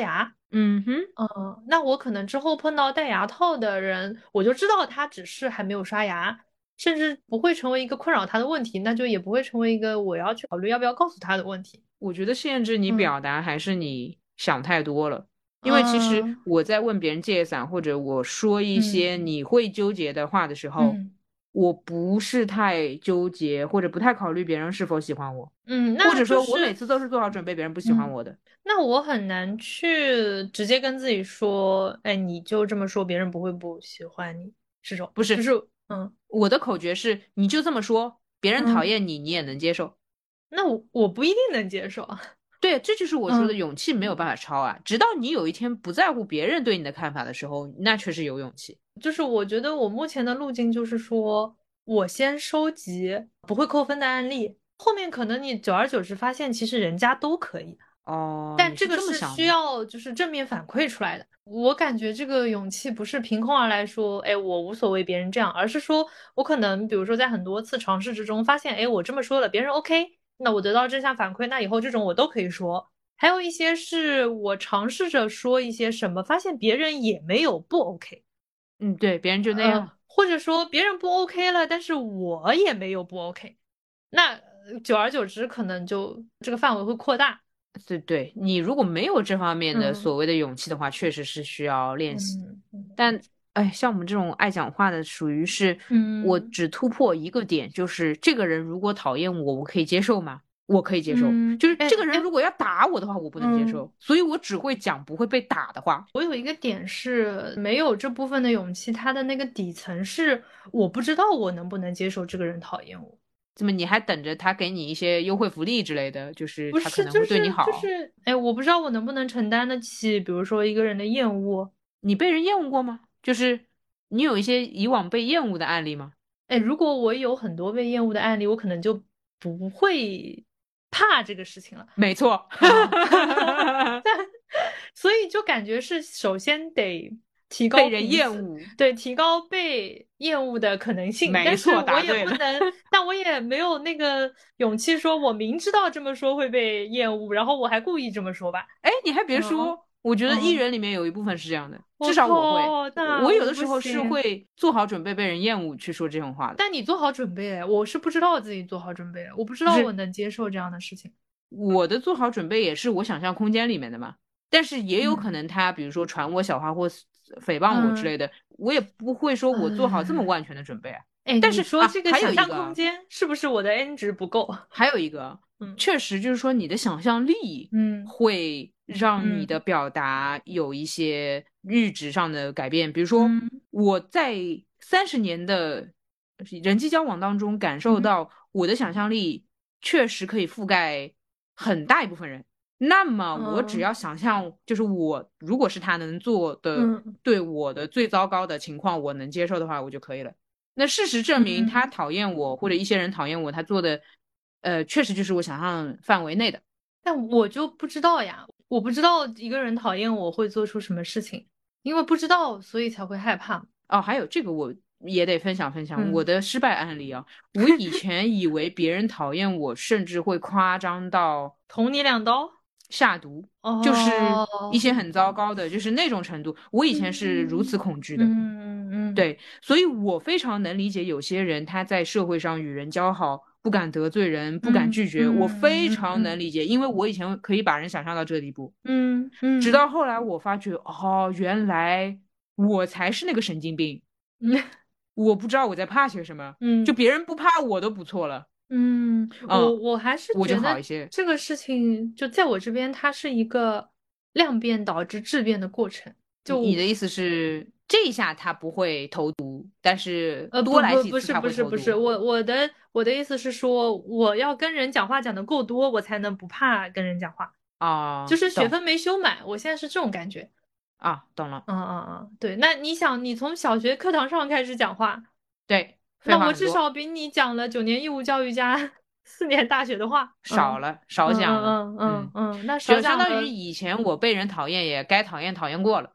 嗯哼， 嗯，那我可能之后碰到戴牙套的人，我就知道他只是还没有刷牙，甚至不会成为一个困扰他的问题，那就也不会成为一个我要去考虑要不要告诉他的问题。 我觉得限制你嗯表达还是你想太多了。因为其实嗯我在问别人借伞，或者我说一嗯些你会纠结的话的时候， 嗯我不是太纠结，或者不太考虑别人是否喜欢我， 嗯， 或者那就是说我每次都是做好准备，别人不喜欢嗯， 我的。 那我很难去直接跟自己说，哎，你就这么说，别人不会不喜欢你，这种不是， 就是嗯我的口诀是，你就这么说，别人讨嗯， 厌你，你也能接受。 那我我不一定能接受啊。 对，这就是我说的嗯。 勇气没有办法超啊。直到你有一天不在乎别人对你的看法的时候，那确实有勇气。 就是我觉得我目前的路径就是说，我先收集不会扣分的案例，后面可能你久而久之发现，其实人家都可以， 哦，你是但这个是需这么想的。 要就是正面反馈出来的。我感觉这个勇气不是凭空而来说，哎，我无所谓别人这样，而是说我可能比如说在很多次尝试之中发现，哎，我这么说了，别人 OK，那我得到正向反馈，那以后这种我都可以说。还有一些是我尝试着说一些什么，发现别人也没有不 OK。 嗯，对，别人就那呃， 样。 或者说别人不 OK 了，但是我也没有不 OK，那呃久而久之可能就这个范围会扩大。 对对，你如果没有这方面的嗯所谓的勇气的话，确实是需要练习。 嗯但哎，像我们这种爱讲话的，属于是我嗯只突破一个点，就是这个人如果讨厌我，我可以接受吗？我可以接受。 嗯， 就是这个人哎哎， 如果要打我的话，我不能接嗯， 受。所以我只会讲不会被打的话。 我有一个点是没有这部分的勇气，他的那个底层是我不知道我能不能接受这个人讨厌我。 怎么你还等着他给你一些优惠福利之类的？就是不是， 他可能会对你就是就好。 是，哎，我不知道我能不能承担得起，比如说一个人的厌恶。 你被人厌恶过吗？就是你有一些以往被厌恶的案例吗？ 哎，如果我有很多被厌恶的案例，我可能就不会怕这个事情了。 没错。 啊，但所以就感觉是首先得提高被人频次， 厌恶。 对，提高被厌恶的可能性。但是没错， 我答对了。 也不能，但我也没有那个勇气说，我明知道这么说会被厌恶，然后我还故意这么说吧。 哎，你还别嗯说，我觉得 E 嗯， 人里面有一部分是这样的，至我少我会。 靠，那我有我不的时候是行。 会做好准备被人厌恶去说这种话的。 但你做好准备了，我是不知道自己做好准备了，我不知就是道我能接受这样的事情。 我的做好准备也是我想象空间里面的嘛，但是也有可嗯能他比如说传我小话或诽谤我之嗯， 类的，我也不会说我做好这么哎万全的准备啊。 哎， 但是啊， 你说这个还有想象空一个， 间是不是我的 N 值不够？ 还有一个， 嗯确实就是说你的想象力嗯会让你的嗯表达有一些阈值上的改变。比如说嗯我在三十年的人际交往当中感受嗯到我的想象力确实可以覆盖很大一部分人。那么我只嗯要想象，就是我如果是他能做的， 嗯对我的最糟糕的情况我能接受的话，我就可以了。那事实证明，他嗯， 讨厌我，或者一些人讨厌我，他做的，呃，确实就是我想象范围内的。 但我就不知道呀，我不知道一个人讨厌我会做出什么事情，因为不知道，所以才会害怕。 哦，还有这个我也得分享分享我嗯的失败案例啊。我以前以为别人讨厌我，甚至会夸张到捅你两刀。 下毒，就是一哦， 些很糟糕的，就是那种程度。我以前是如此嗯恐惧的。 嗯嗯对，所以我非常能理解有些人他在社会上与人交好，不敢得罪人，不敢拒嗯绝，我非嗯嗯常能理解，因为我以前可以把人想象到这个地步。 嗯嗯直到后来我发觉，哦，原来我才是那个神经病， 嗯我不知道我在怕些什么，就嗯别人不怕我都不错了。 嗯，我嗯， 我还是我就觉得好一些。 这个事情就在我这边，它是一个量变导致质变的过程。 你你的就意思是这一下他不会投毒，但是呃不多来不不是几次他不是不是， 会投毒？ 我我的我的意思是说，我要跟人讲话讲的够多，我才能不怕跟人讲话。就啊，懂是学分没修满，我现在是这种感觉。 啊，懂了。 嗯嗯嗯，对。那你想，你从小学课堂上开始讲话， 对，废那我话很多。 至少比你讲了九年义务教育加四年大学的话。嗯少了，少嗯讲了。 嗯嗯嗯， 嗯嗯，那少就相当于讲了。 以前我被人讨厌也该讨厌讨厌过了。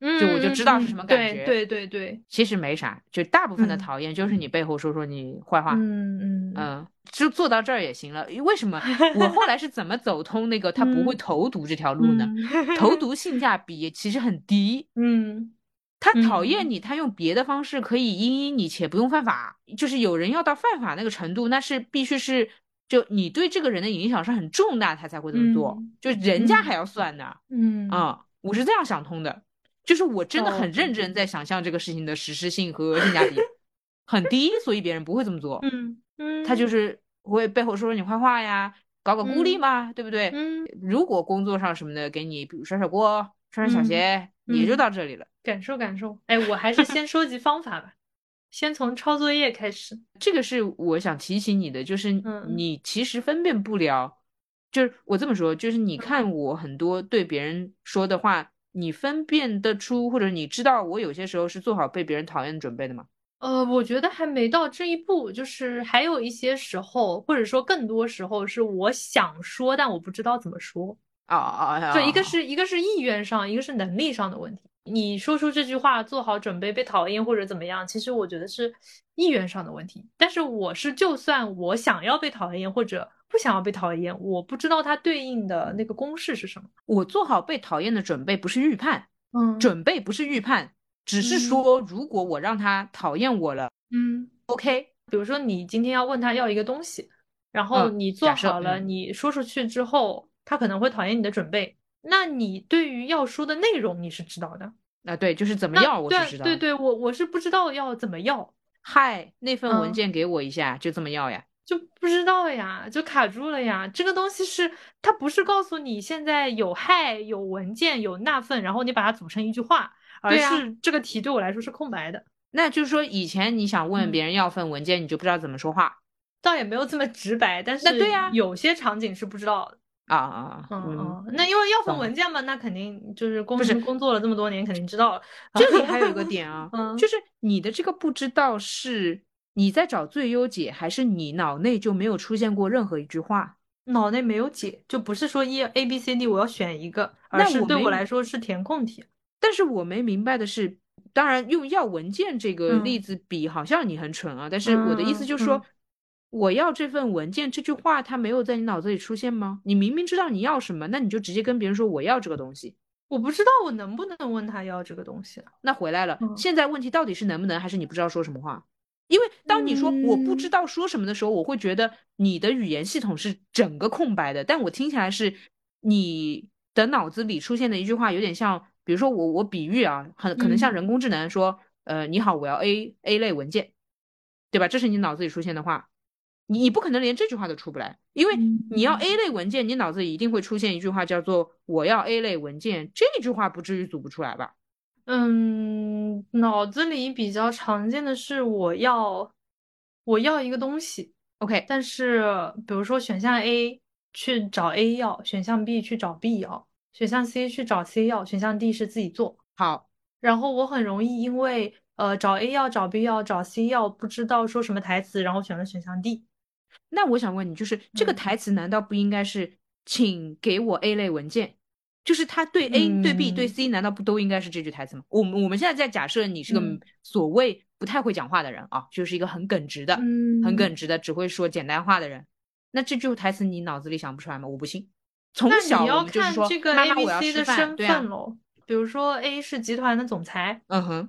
就我就知道是什嗯嗯嗯，对么感觉。 对对对， 其实没啥，就大部分的嗯讨厌就是你背后说说你坏话。 嗯嗯嗯，就做到这儿也行了。为什么我后来是怎么走通那个他不会嗯投毒这条路呢？ 嗯投毒性价比其实很低， 嗯他讨厌嗯你，他用别的方式可以阴阴你，且不用犯法。就是有人要到犯法那个程度，那是必须是就你对这个人的影响是很重大，他才会这么做。 嗯就人家还嗯要算呢。 嗯， 啊、我是这样想通的，就是我真的很哦， 认真在想象这个事情的实施性和性价比很低，所以别人不会这么做。 嗯嗯他就是会背后说说你坏话呀，搞搞孤立嗯嘛，对不对？ 嗯如果工作上什么的给你，比如甩甩锅、穿穿小嗯鞋，也就嗯， 到这里了。 感受感受。哎，我还是先收集方法吧，先从抄作业开始。 这个是我想提醒你的，就是嗯你其实分辨不了，就是我这么说，就是你看我很多对别人说的话，你分辨得出，或者你知道我有些时候是做好被别人讨厌准备的吗？ 呃，我觉得还没到这一步，就是还有一些时候，或者说更多时候是我想说，但我不知道怎么说。 啊啊啊就一个啊！ 是一个是意愿上，一个是能力上的问题。你说出这句话，做好准备被讨厌或者怎么样，其实我觉得是意愿上的问题。但是我是，就算我想要被讨厌或者不想要被讨厌，我不知道它对应的那个公式是什么。 我做好被讨厌的准备，不是预判， 嗯准备不是预判，只是嗯说如果我让他讨厌我了嗯， ，OK。 比如说你今天要问他要一个东西，然后嗯， 你做假设， 好了， 嗯， 你说出去之后，他可能会讨厌你的准备。那你对于要说的内容你是知道的。 啊，对，就是怎么那要，我是知道的。 对对对，我我是不知道要怎么要。 嗨，那份文嗯， 件给我一下，就这么要呀？ 就不知道呀，就卡住了呀。这个东西是它不是告诉你现在有嗨有文件有那份，然后你把它组成一句话，而对呀， 是这个题对我来说是空白的。 那就是说以前你想问嗯， 别人要份文件，你就不知道怎么说话。 倒也没有这么直白，但是那对呀， 有些场景是不知道的。 啊啊啊， 嗯嗯， 嗯，那因为要份懂了。 文件嘛，那肯定就是不是， 工工作了这么多年，肯定知道了。 这里还有一个点啊，就嗯， 是你的这个不知道是你在找最优解，还是你脑内就没有出现过任何一句话？ 脑内没有解，就不是说一 A B C D 我要选一个，而那是对我我没来说是填空题。 但是我没明白的是，当然用要文件这个例嗯子比，好像你很蠢啊。但是我的意思就是说， 嗯嗯嗯， 我要这份文件这句话，它没有在你脑子里出现吗？你明明知道你要什么，那你就直接跟别人说我要这个东西。 我不知道我能不能问他要这个东西。 那回来了， 嗯现在问题到底是能不能，还是你不知道说什么话？因为当你说我不知嗯， 道说什么的时候，我会觉得你的语言系统是整个空白的，但我听起来是你的脑子里出现的一句话，有点像，比如说我我比喻啊，很可能像嗯人工智能说，呃，你好，我要 A A 类文件，对吧？这是你脑子里出现的话，你你不可能连这句话都出不来，因为你要 A 嗯类文件，你脑子里一定会出现一句话叫做我要 A 类文件，这句话不至于组不出来吧？ 嗯，脑子里比较常见的是我要我要一个东西， OK， 但是比如说选项 A 去找 A 要，选项 B 去找 B 要，选项 C 去找 C 要，选项 D 是自己做。 好。 然后我很容易因为呃找 A 要找 B 要找 C 要不知道说什么台词，然后选了选项 D。 那我想问你，就是这个嗯台词难道不应该是请给我 A 类文件？就是他对 A 对 B 对嗯， C 难道不都应该是这句台词吗？我们我们现在在假设你是个嗯所谓不太会讲话的人啊，就是一个很耿直的、很嗯， 耿直的只会说简单话的人。那这句台词你脑子里想不出来吗？我不信。从那你小我要们就是说看这个妈 A、 妈 B、 我要 C 吃饭， 的身对啊， 份喽。比如说 A 是集团的总裁嗯哼，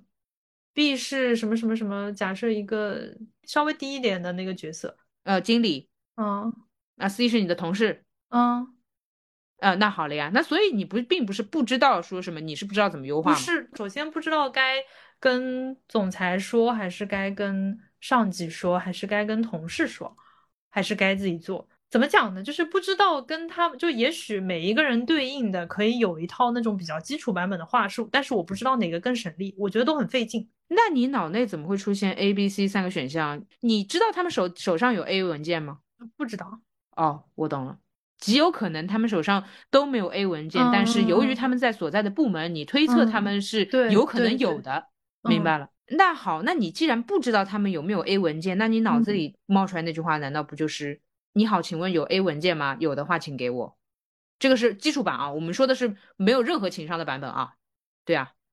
，B 是什么什么什么，假设一个稍微低一点的那个角色。 呃，经理嗯啊，C 是你的同事。 嗯， 呃，那好了呀，那所以你不并不是不知道说什么，你是不知道怎么优化吗？ 不是，首先不知道该跟总裁说，还是该跟上级说，还是该跟同事说，还是该自己做。怎么讲呢？就是不知道跟他们，就也许每一个人对应的可以有一套那种比较基础版本的话术，但是我不知道哪个更省力，我觉得都很费劲。 那你脑内怎么会出现 A、B、C 三个选项？你知道他们手手上有 A 文件吗？ 不知道。 哦，我懂了，极有可能他们手上都没有 A 文件，但是由于嗯他们在所在的部门，你推测他嗯， 们是对有可能对对， 有的。明嗯白了。那好，那你既然不知道他们有没有 A 文件，那你脑子嗯。 里冒出来那句话，难道不就是你好，请问有 A 文件吗？有的话，请给我。这个是基础版啊，我们说的是没有任何情商的版本啊。对啊。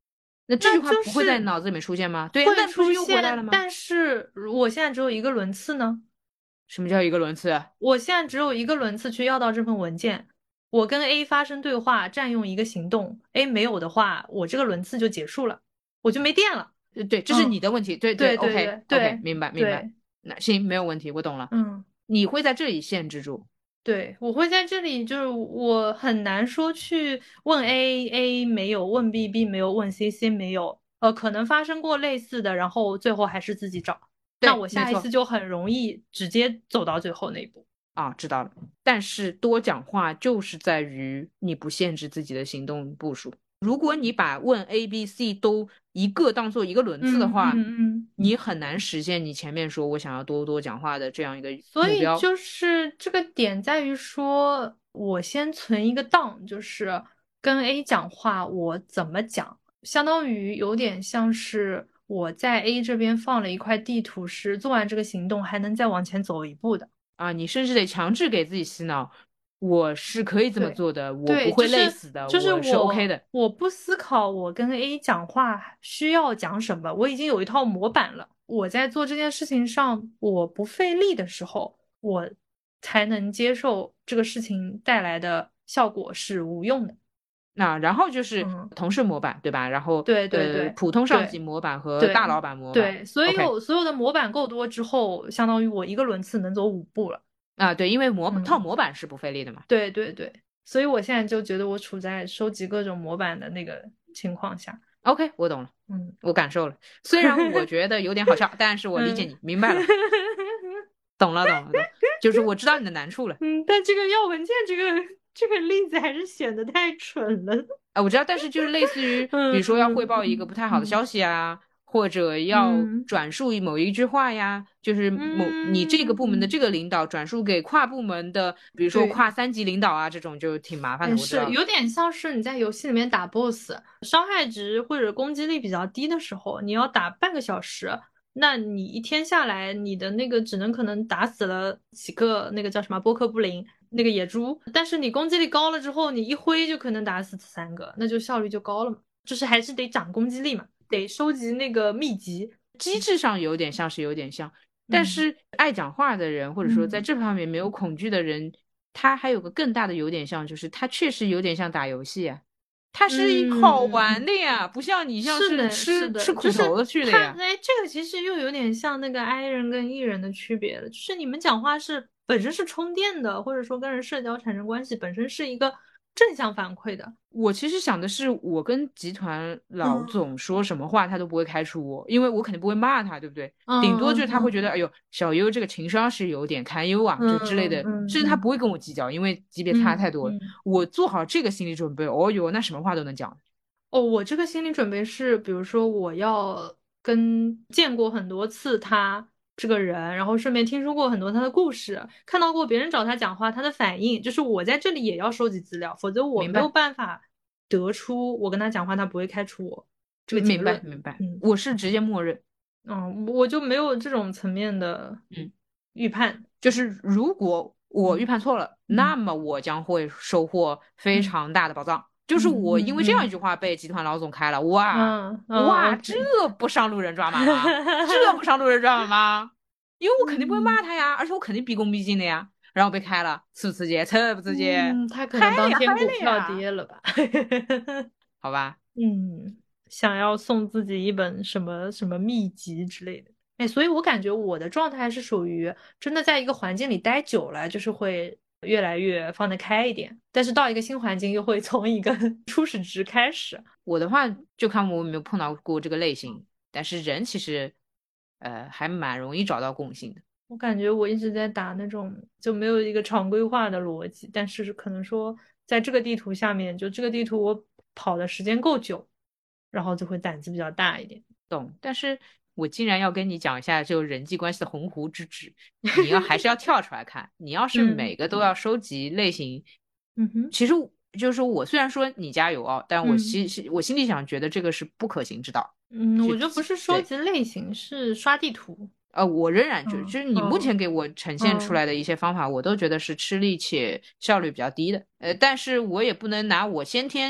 那这句话那就不会在是脑子里面出现吗？对呀，那不会出是又回来了现， 吗？ 但是我现在只有一个轮次呢。 什么叫一个轮次？ 我现在只有一个轮次去要到这份文件，我跟 A 发生对话，占用一个行动，A 没有的话，我这个轮次就结束了，我就没电了。 呃对，这是嗯， 你的问题。对对对 ，OK 对 OK， 对明白明白。 对， 那行，没有问题，我懂了。 嗯。 你会在这里限制住。 对，我会在这里，就是我很难说去问 A，A 没有，问 B，B 没有，问 C，C 没有，呃，可能发生过类似的，然后最后还是自己找，那对， 我没错。 下一次就很容易直接走到最后那一步。 啊，知道了。但是多讲话就是在于你不限制自己的行动步数。如果你把问 A、B、C 都一个当做一个轮次的嗯话， 嗯嗯。 你很难实现你前面说我想要多多讲话的这样一个所目标。 以就是这个点在于说，我先存一个档，就是跟 A 讲话，我怎么讲，相当于有点像是我在 A 这边放了一块地图，是做完这个行动还能再往前走一步的。 啊，你甚至得强制给自己洗脑，我是可以这么对做的，我不对， 会就是累死的， 就是我是 OK 我的。 我不思考我跟 A 讲话需要讲什么，我已经有一套模板了。我在做这件事情上，我不费力的时候，我才能接受这个事情带来的效果是无用的。 那然后就是嗯， 同事模板，对吧？然后呃， 对对对普通上级对模板和大对老板模板。 对，所以 OK。 有所有的模板够多之后，相当于我一个轮次能走五步了。 啊，对，因为模套嗯， 模板是不费力的嘛。 对对对，所以我现在就觉得我处在收集各种模板的那个情况下。 OK，我懂了。 嗯， 我感受了。虽然我觉得有点好笑，但是我理解嗯， 你，明白了，懂了，懂了，懂了。就是我知道你的难处了。 嗯，但这个要文件这个这个例子还是显得太蠢了。 啊，我知道，但是就是类似于，比如说要汇嗯报一个不太好的消嗯息啊，或者要嗯转述某一句话呀，就是某你这个部门的嗯， 这个领导转述给跨部门的，比如说对。 跨三级领导啊，这种就挺麻烦哎， 的，我知道。 是有点像是你在游戏里面打 boss，伤害值或者攻击力比较低的时候，你要打半个小时，那你一天下来，你的那个只能可能打死了几个那个叫什么波克布林那个野猪，但是你攻击力高了之后，你一挥就可能打死三个，那就效率就高了嘛。就是还是得涨攻击力嘛，得收集那个秘籍。 机制上有点像是有点像，但嗯是爱讲话的人，或者说在嗯这方面没有恐惧的人，他还有个更大的有点像，就是他确实有点像打游戏啊，他是一个好玩嗯嗯嗯， 的呀，不像你像是的，是吃吃的，就是苦头的去的他， 呀。 哎，这个其实又有点像那个 I 人跟 E 人的区别了，就是你们讲话是本身是充电的，或者说跟人社交产生关系，本身是一个正向反馈的。 我其实想的是，我跟集团老嗯总说什么话，他都不会开除我，因为我肯定不会骂他，对不对？顶嗯多就是他会觉得， 嗯嗯哎呦，小优这个情商是有点堪忧啊，就嗯之类的， 嗯嗯甚至他不会跟我计较，因为级别差太多了。 嗯嗯。 我做好这个心理准备，哦哟，那什么话都能讲。 哦，我这个心理准备是，比如说我要跟见过很多次他这个人，然后顺便听说过很多他的故事，看到过别人找他讲话他的反应，就是我在这里也要收集资料，否则我没有明白， 办法得出我跟他讲话他不会开除我这个结明白， 论。 明白。 嗯我是直接默认。 嗯，我就没有这种层面的嗯， 预判。 就是如果我预嗯判错了，那嗯么我将会收获非嗯常大的宝藏。就是嗯我因为这样一嗯句话被集团老总开了，哇嗯嗯哇， ，OK。 这不上路人抓马吗？这不上路人抓马吗？因为我肯定不会骂嗯他呀，而且我肯定毕恭毕敬的呀。然后被开了，刺不刺激？刺不刺激？ 嗯，他可能当嗨呀嗨天股票了呀， 跌了吧。 好吧。 嗯，想要送自己一本什么什么秘籍之类的。哎，所以我感觉我的状态是属于真的在一个环境里待久了，就是会越来越放得开一点，但是到一个新环境又会从一个初始值开始。 我的话就看我有没有碰到过这个类型，但是人其实呃还蛮容易找到共性的。 我感觉我一直在打那种就没有一个常规化的逻辑，但是可能说在这个地图下面，就这个地图我跑的时间够久，然后就会胆子比较大一点。 懂，但是我竟然要跟你讲一下这个人际关系的鸿鹄之志，你要还是要跳出来看。你要是嗯每个都要收集类型， 嗯哼其实就是说我虽然说你加油哦，但我嗯心我心里想觉得这个是不可行之道。 嗯， 就我就不是收对， 集类型，是刷地图。 呃，我仍然觉得， 嗯就是你目嗯前给我呈现出嗯来的一些方法，我都觉得是吃力且效率比较低的。呃，但是我也不能拿我先天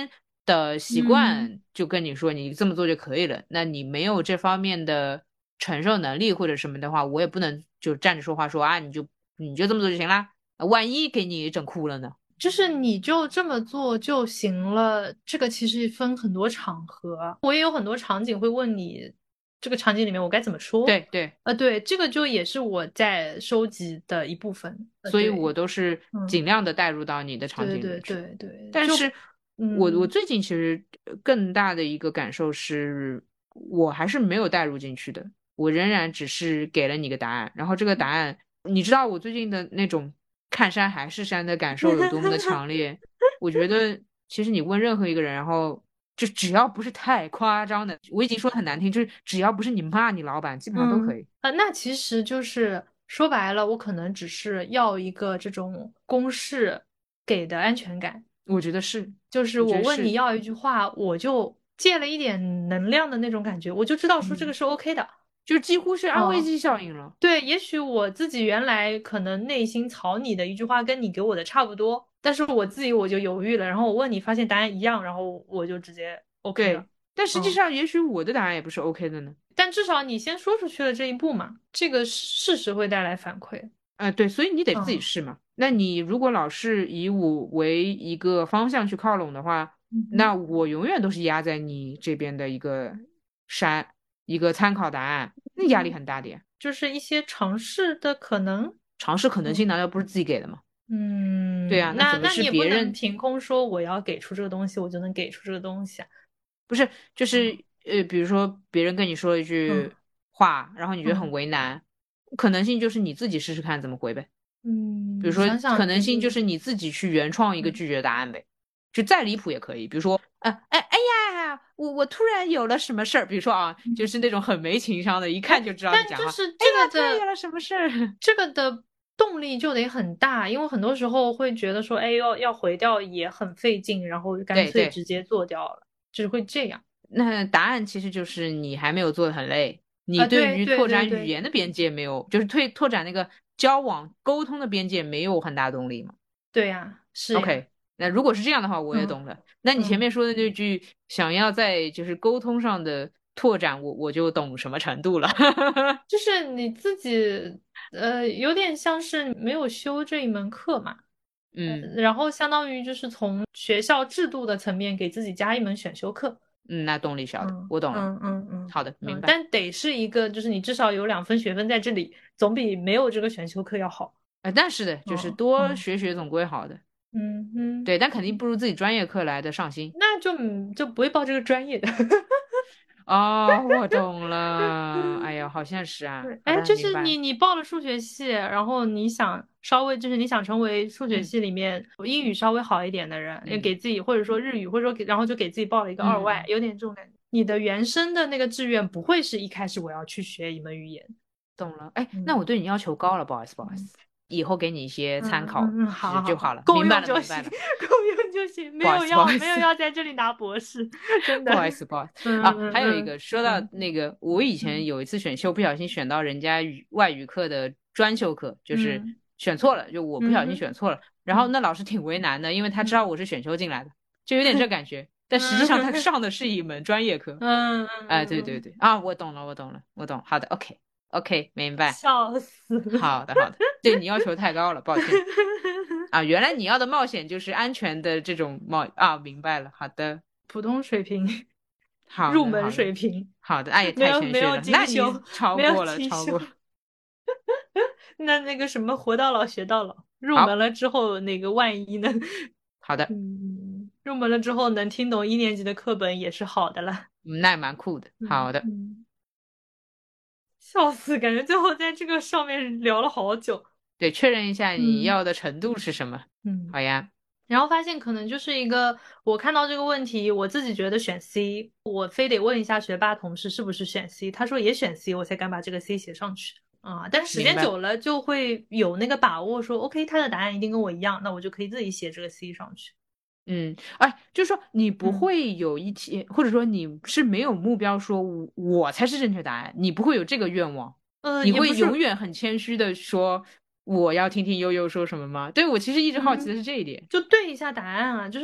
的习嗯惯就跟你说你这么做就可以了，那你没有这方面的承受能力或者什么的话，我也不能就站着说话说啊，你就你就这么做就行啦，万一给你整哭了呢？ 就是你就这么做就行了，这个其实分很多场合，我也有很多场景会问你，这个场景里面我该怎么说？ 对对， 呃，对，这个就也是我在收集的一部分，呃所以对， 我都是嗯， 尽量的带入到你的场对对景里去。 对对，就但是我我嗯最近其实呃更大的一个感受是，我还是没有带入进去的，我仍然只是给了你个答案，然后这个答案，你知道我最近的那种看山还是山的感受有多么的强烈。我觉得其实你问任何一个人，然后就只要不是太夸张的，我已经说得很难听，就是只要不是你骂你老板，基本上都可嗯， 以。 呃，那其实就是说白了，我可能只是要一个这种公式给的安全感。 我觉得是， 就是我觉我问你得是， 要一句话，我就借了一点能量的那种感觉，我就知道说这个嗯， 是 OK 的。 就几乎是安慰嗯， 剂效应了。 对，也许我自己原来可能内心草拟的一句话跟你给我的差不多，但是我自己我就犹豫了，然后我问你发现答案一样，然后我就直接 OK 了。 对，但实际嗯， 上也许我的答案也不是 OK 的呢。 但至少你先说出去了这一步嘛，这个事实会带来反馈。 呃，对，所以你得自己嗯试嘛。那你如果老是以我为一个方向去靠拢的话， 嗯哼那我永远都是压在你这边的一个山，一个参考答案，那压力嗯， 很大的呀。 就是一些尝试的可能。 尝试可能性嗯。 难道不是自己给的吗？对呀， 嗯， 那怎么是那那你也不别人？ 能凭空说我要给出这个东西，我就能给出这个东西啊。 不是，就嗯是呃，比如说别人跟你说一嗯句话，然后你觉得很嗯为难，可能性就是你自己试试看怎么回呗。比如嗯， 说， 想想也对。 可能性就是你自己去原创一个嗯拒绝答案呗，就再离谱也可以。比如说，呃，哎哎呀，我我突然有了什么事儿，比如说啊，就嗯， 是那种很没情商的，一哎， 看就知道但你讲话。 就是这哎呀， 个的突然有了什么事儿？ 这个的动力就得很大，因为很多时候会觉得说，哎，要要回掉也很费劲，然后干对对， 脆直接做掉了，就是会这样。 那答案其实就是你还没有做的很累，你啊， 对对对于拓展语对对言的边界没有，就是拓拓展那个交往沟通的边界没有很大动力嘛。 对呀，是呀。 OK，那如果是这样的话，我也嗯懂了。那你前嗯。 面说的那句想要在就是沟通上的拓展，我我就懂什么程度了。 就是你自己，呃，有点像是没有修这一门课嘛，呃， 嗯然后相当于就是从学校制度的层面给自己加一门选修课。 嗯，那动力小的， 嗯我懂了。 嗯嗯嗯好的，明嗯， 白。 但得是一个，就是你至少有两分学分在这里，总比没有这个选修课要好。 呃，但是的，就是嗯多嗯学学总归好的。 嗯嗯， 对，但肯定不如自己专业课来的上心。 那就嗯就不会报这个专业的。 哦，我懂了。哎呀，好现实啊。 对，哎， 好的， 就是明白。 你你报了数学系，然后你想稍微就是你想成为数学嗯系里面英语稍微好一点的人，也嗯给自己或者说日语，或者说给然后就给自己报了一个二外， 嗯嗯， 有点这种感觉。你的原生的那个志愿不会是一开始我要去学一门语言。 懂了。哎，那我嗯对你要求高了，不好意思，不好意嗯思。以后给你一些参考嗯嗯嗯，好好好， 就就好了。 够明白了， 用就行， 明白了。 够用就行，没不好意思，不好有要意思。 没有要在这里拿博士，真的。 不好意思，不好意思嗯啊， 嗯嗯还有一个，说到嗯那个，我以前嗯有一次选修，不小心选到人家语外语课的专修课，就是嗯选错了，就我不小心嗯嗯选错了，然后嗯那老师挺为难的，因为他知道嗯我是选修进来的，就有点这感觉，但实际上他嗯上的是一门专业课。 嗯哎， 嗯嗯， 对对对，啊，我懂了，我懂了，我懂，好的，OK OK，明白， 笑死。 好的好的，对你要求太高了，抱歉啊，原来你要的冒险就是安全的这种冒啊，明白了，好的普通水平，入门好的好的。 水平， 好的，哎也没太有没有谦虚了，那精修， 你超没有过了， 精修。 超过了。 那那个什么，活到老学到老，入门好了之后，那个万一呢？ 好的， 嗯，入门了之后能听懂一年级的课本也是好的了。 嗯那也蛮酷的。好的， 嗯嗯，笑死，感觉最后在这个上面聊了好久。 对，确认一下你嗯要的程度是什么。 嗯。 好呀， 然后发现可能就是一个，我看到这个问题，我自己觉得选 C，我非得问一下学霸同事是不是选 C，他说也选 C，我才敢把这个 C 写上去啊。但是时明白。 间久了就会有那个把握说，OK，他的答案一定跟我一样，那我就可以自己写这个 C 上去。 嗯，哎，就是说你不嗯会有一天，或者说你是没有目标说我我才是正确答案，你不会有这个愿望， 呃， 你会也不是， 永远很谦虚的说我要听听悠悠说什么吗？对，我其实一直好奇的嗯， 是这一点。 就对一下答案啊，就是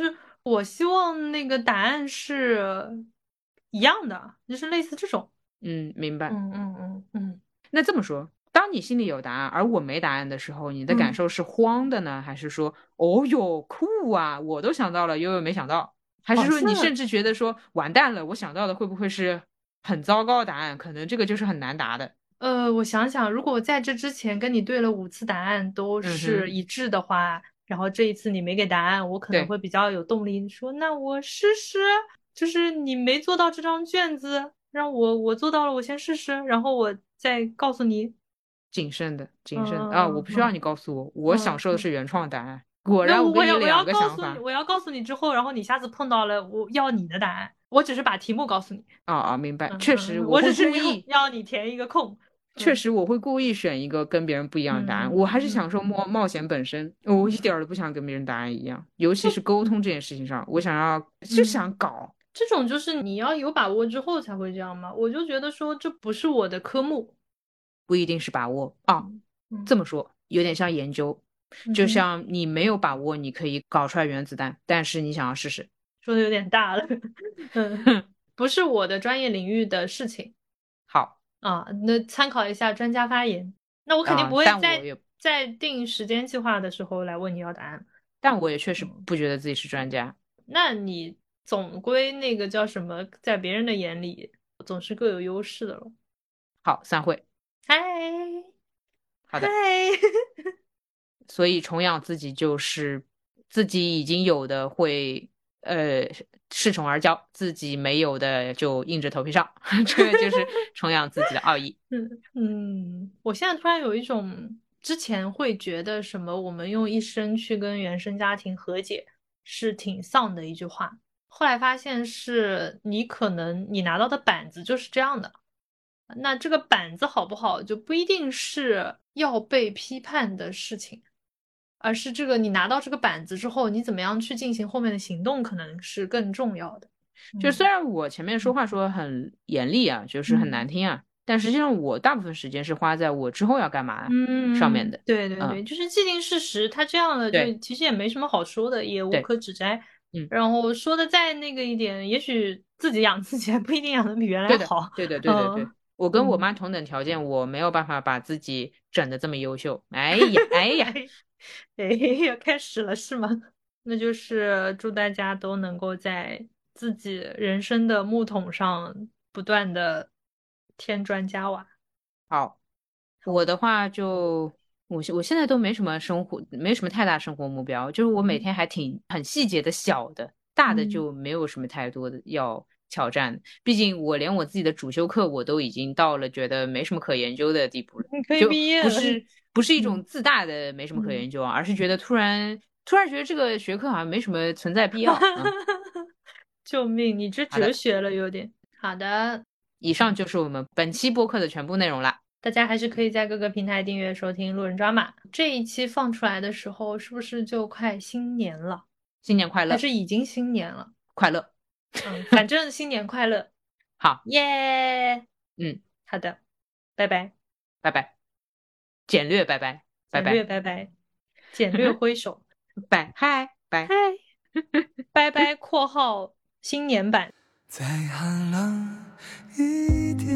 我希望那个答案是一样的，就是类似这种。 嗯，明白。 嗯嗯嗯嗯。 那这么说，当你心里有答案，而我没答案的时候，你的感嗯受是慌的呢，还是说，哦哟，酷啊，我都想到了，悠悠没想到？还是好像说你甚至觉得说，完蛋了，我想到的会不会是很糟糕的答案？可能这个就是很难答的。 呃，我想想，如果我在这之前跟你对了五次答案都嗯哼， 是一致的话，然后这一次你没给答案，我可能对， 会比较有动力说，那我试试。就是你没做到这张卷子，让我我做到了，我先试试，然后我再告诉你。 谨慎的，谨慎的啊，我嗯嗯不需要你告诉我，我享嗯嗯。 受的是原创答案。果没有， 然，我我要我要跟你两个告诉你， 想法。 我要告诉你之后，然后你下次碰到了，我要你的答案，我只是把题目告诉你。 啊啊，明白， 嗯嗯， 确实我会我只是要故意。 要你填一个空。嗯确实，我会故意选一个跟别人不一样的答案。我嗯还是享嗯受冒冒险本身，我一点儿都不想跟别人答案一样，尤其是沟通这件事情上，我想要就嗯。 想搞。 这种就是你要有把握之后才会这样嘛。我就觉得说这不是我的科目。 不一定是把握啊。 嗯嗯这么说有点像研究，就嗯哼。 像你没有把握，你可以搞出来原子弹，但是你想要试试。 说的有点大了。嗯， 哼， 不是我的专业领域的事情好啊。那参考一下专家发言。那我肯定不啊， 会在但我也在定时间计划的时候来问你要答案。 但我也确实嗯， 不觉得自己是专家。 那你总归那个叫什么，在别人的眼里总是各有优势的咯。 好，散会。 嗨嗨。 好的。所以重养自己就是自己已经有的会呃恃宠而骄，自己没有的就硬着头皮上，这个就是重养自己的奥义。 嗯嗯，我现在突然有一种，之前会觉得什么我们用一生去跟原生家庭和解是挺丧的一句话，后来发现是你可能你拿到的板子就是这样的，那这个板子好不好就不一定是要被批判的事情，而是这个你拿到这个板子之后，你怎么样去进行后面的行动，可能是更重要的。嗯就虽然我前面说话说很严厉啊，就是很难嗯听啊，但实际上我大部分时间是花在我之后要干嘛上面嗯， 的。嗯， 对对对，就是既定事实，他这样了，就对其实也没什么好说的，也无对， 可指摘。 嗯， 然后说的再那个一点，也许自己养自己还不一定养的比原来对的好。 对的对的对。 嗯我跟我嗯。 妈同等条件，我没有办法把自己整的这么优秀。哎呀哎呀， 哎哎，要开始了是吗？那就是祝大家都能够在自己人生的木桶上不断的添砖加瓦。 好。 好。 我的话就我现我现在都没什么生活，没什么太大生活目标，就是我每嗯天还挺很细节的小的，大的嗯， 就没有什么太多的要挑战。毕竟我连我自己的主修课我都已经到了觉得没什么可研究的地步了， 你可以就毕业了。 不是不是一种嗯自大的没什么可嗯。 研究啊，而是觉得突然突然觉得这个学科好像没什么存在必要。嗯， 救命！你这好的， 哲学了有点。好的。 以上就是我们本期播客的全部内容啦。 大家还是可以在各个平台订阅收听路人抓马。这一期放出来的时候，是不是就快新年了？ 新年快还乐， 是已经新年了？ 快乐。 嗯，反正新年快乐。 好， 耶！ 嗯， 好的，拜拜。 拜拜。简略拜拜，拜简略拜， 拜拜，简略挥手。 拜，嗨， 嗨， 拜。 拜拜（括号新年版）。 再寒冷一点，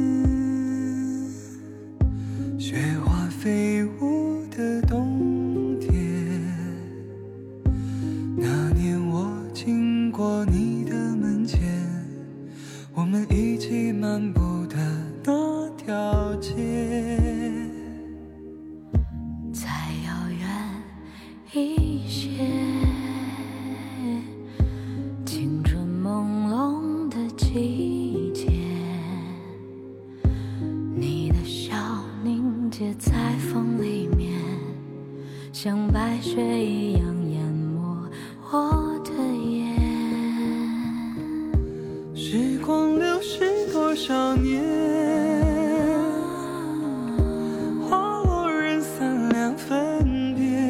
雪花飞舞的冬天，那年我经过你的门前，我们一起漫步的那条街， 再遥远一些，青春朦胧的季节，你的笑凝结在风里面，像白雪一样淹没我的眼。 时光流逝多少年，花落人散两分别，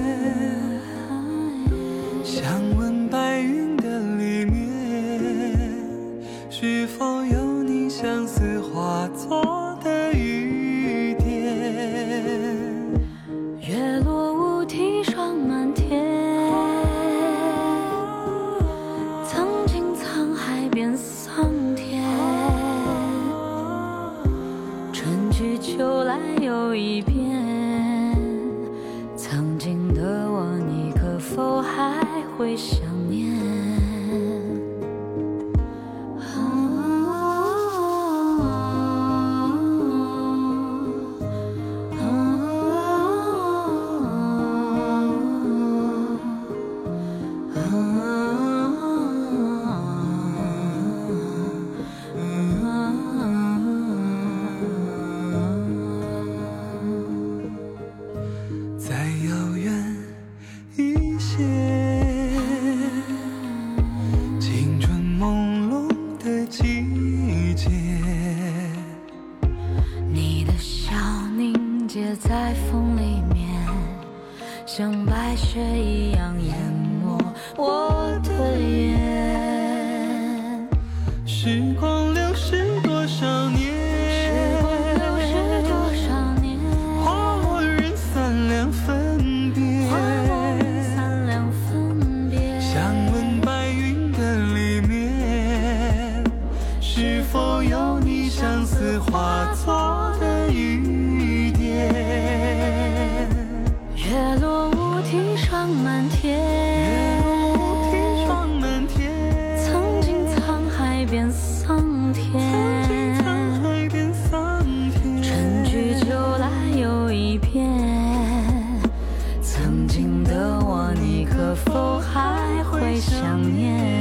想问白云的里面，是否有你相似化作的雨点？ 月落乌啼霜满天， 时光流逝多少年， 时光流逝多少年， 花落人散两分别， 花落人散两分别。 想问白云的里面，是否有你相思化作的雨点？ 月落乌啼霜满天， 月落乌啼霜满天， 曾经沧海变桑田， 沧海变桑田。 春去秋来又一遍，曾经的我，你可否还会想念？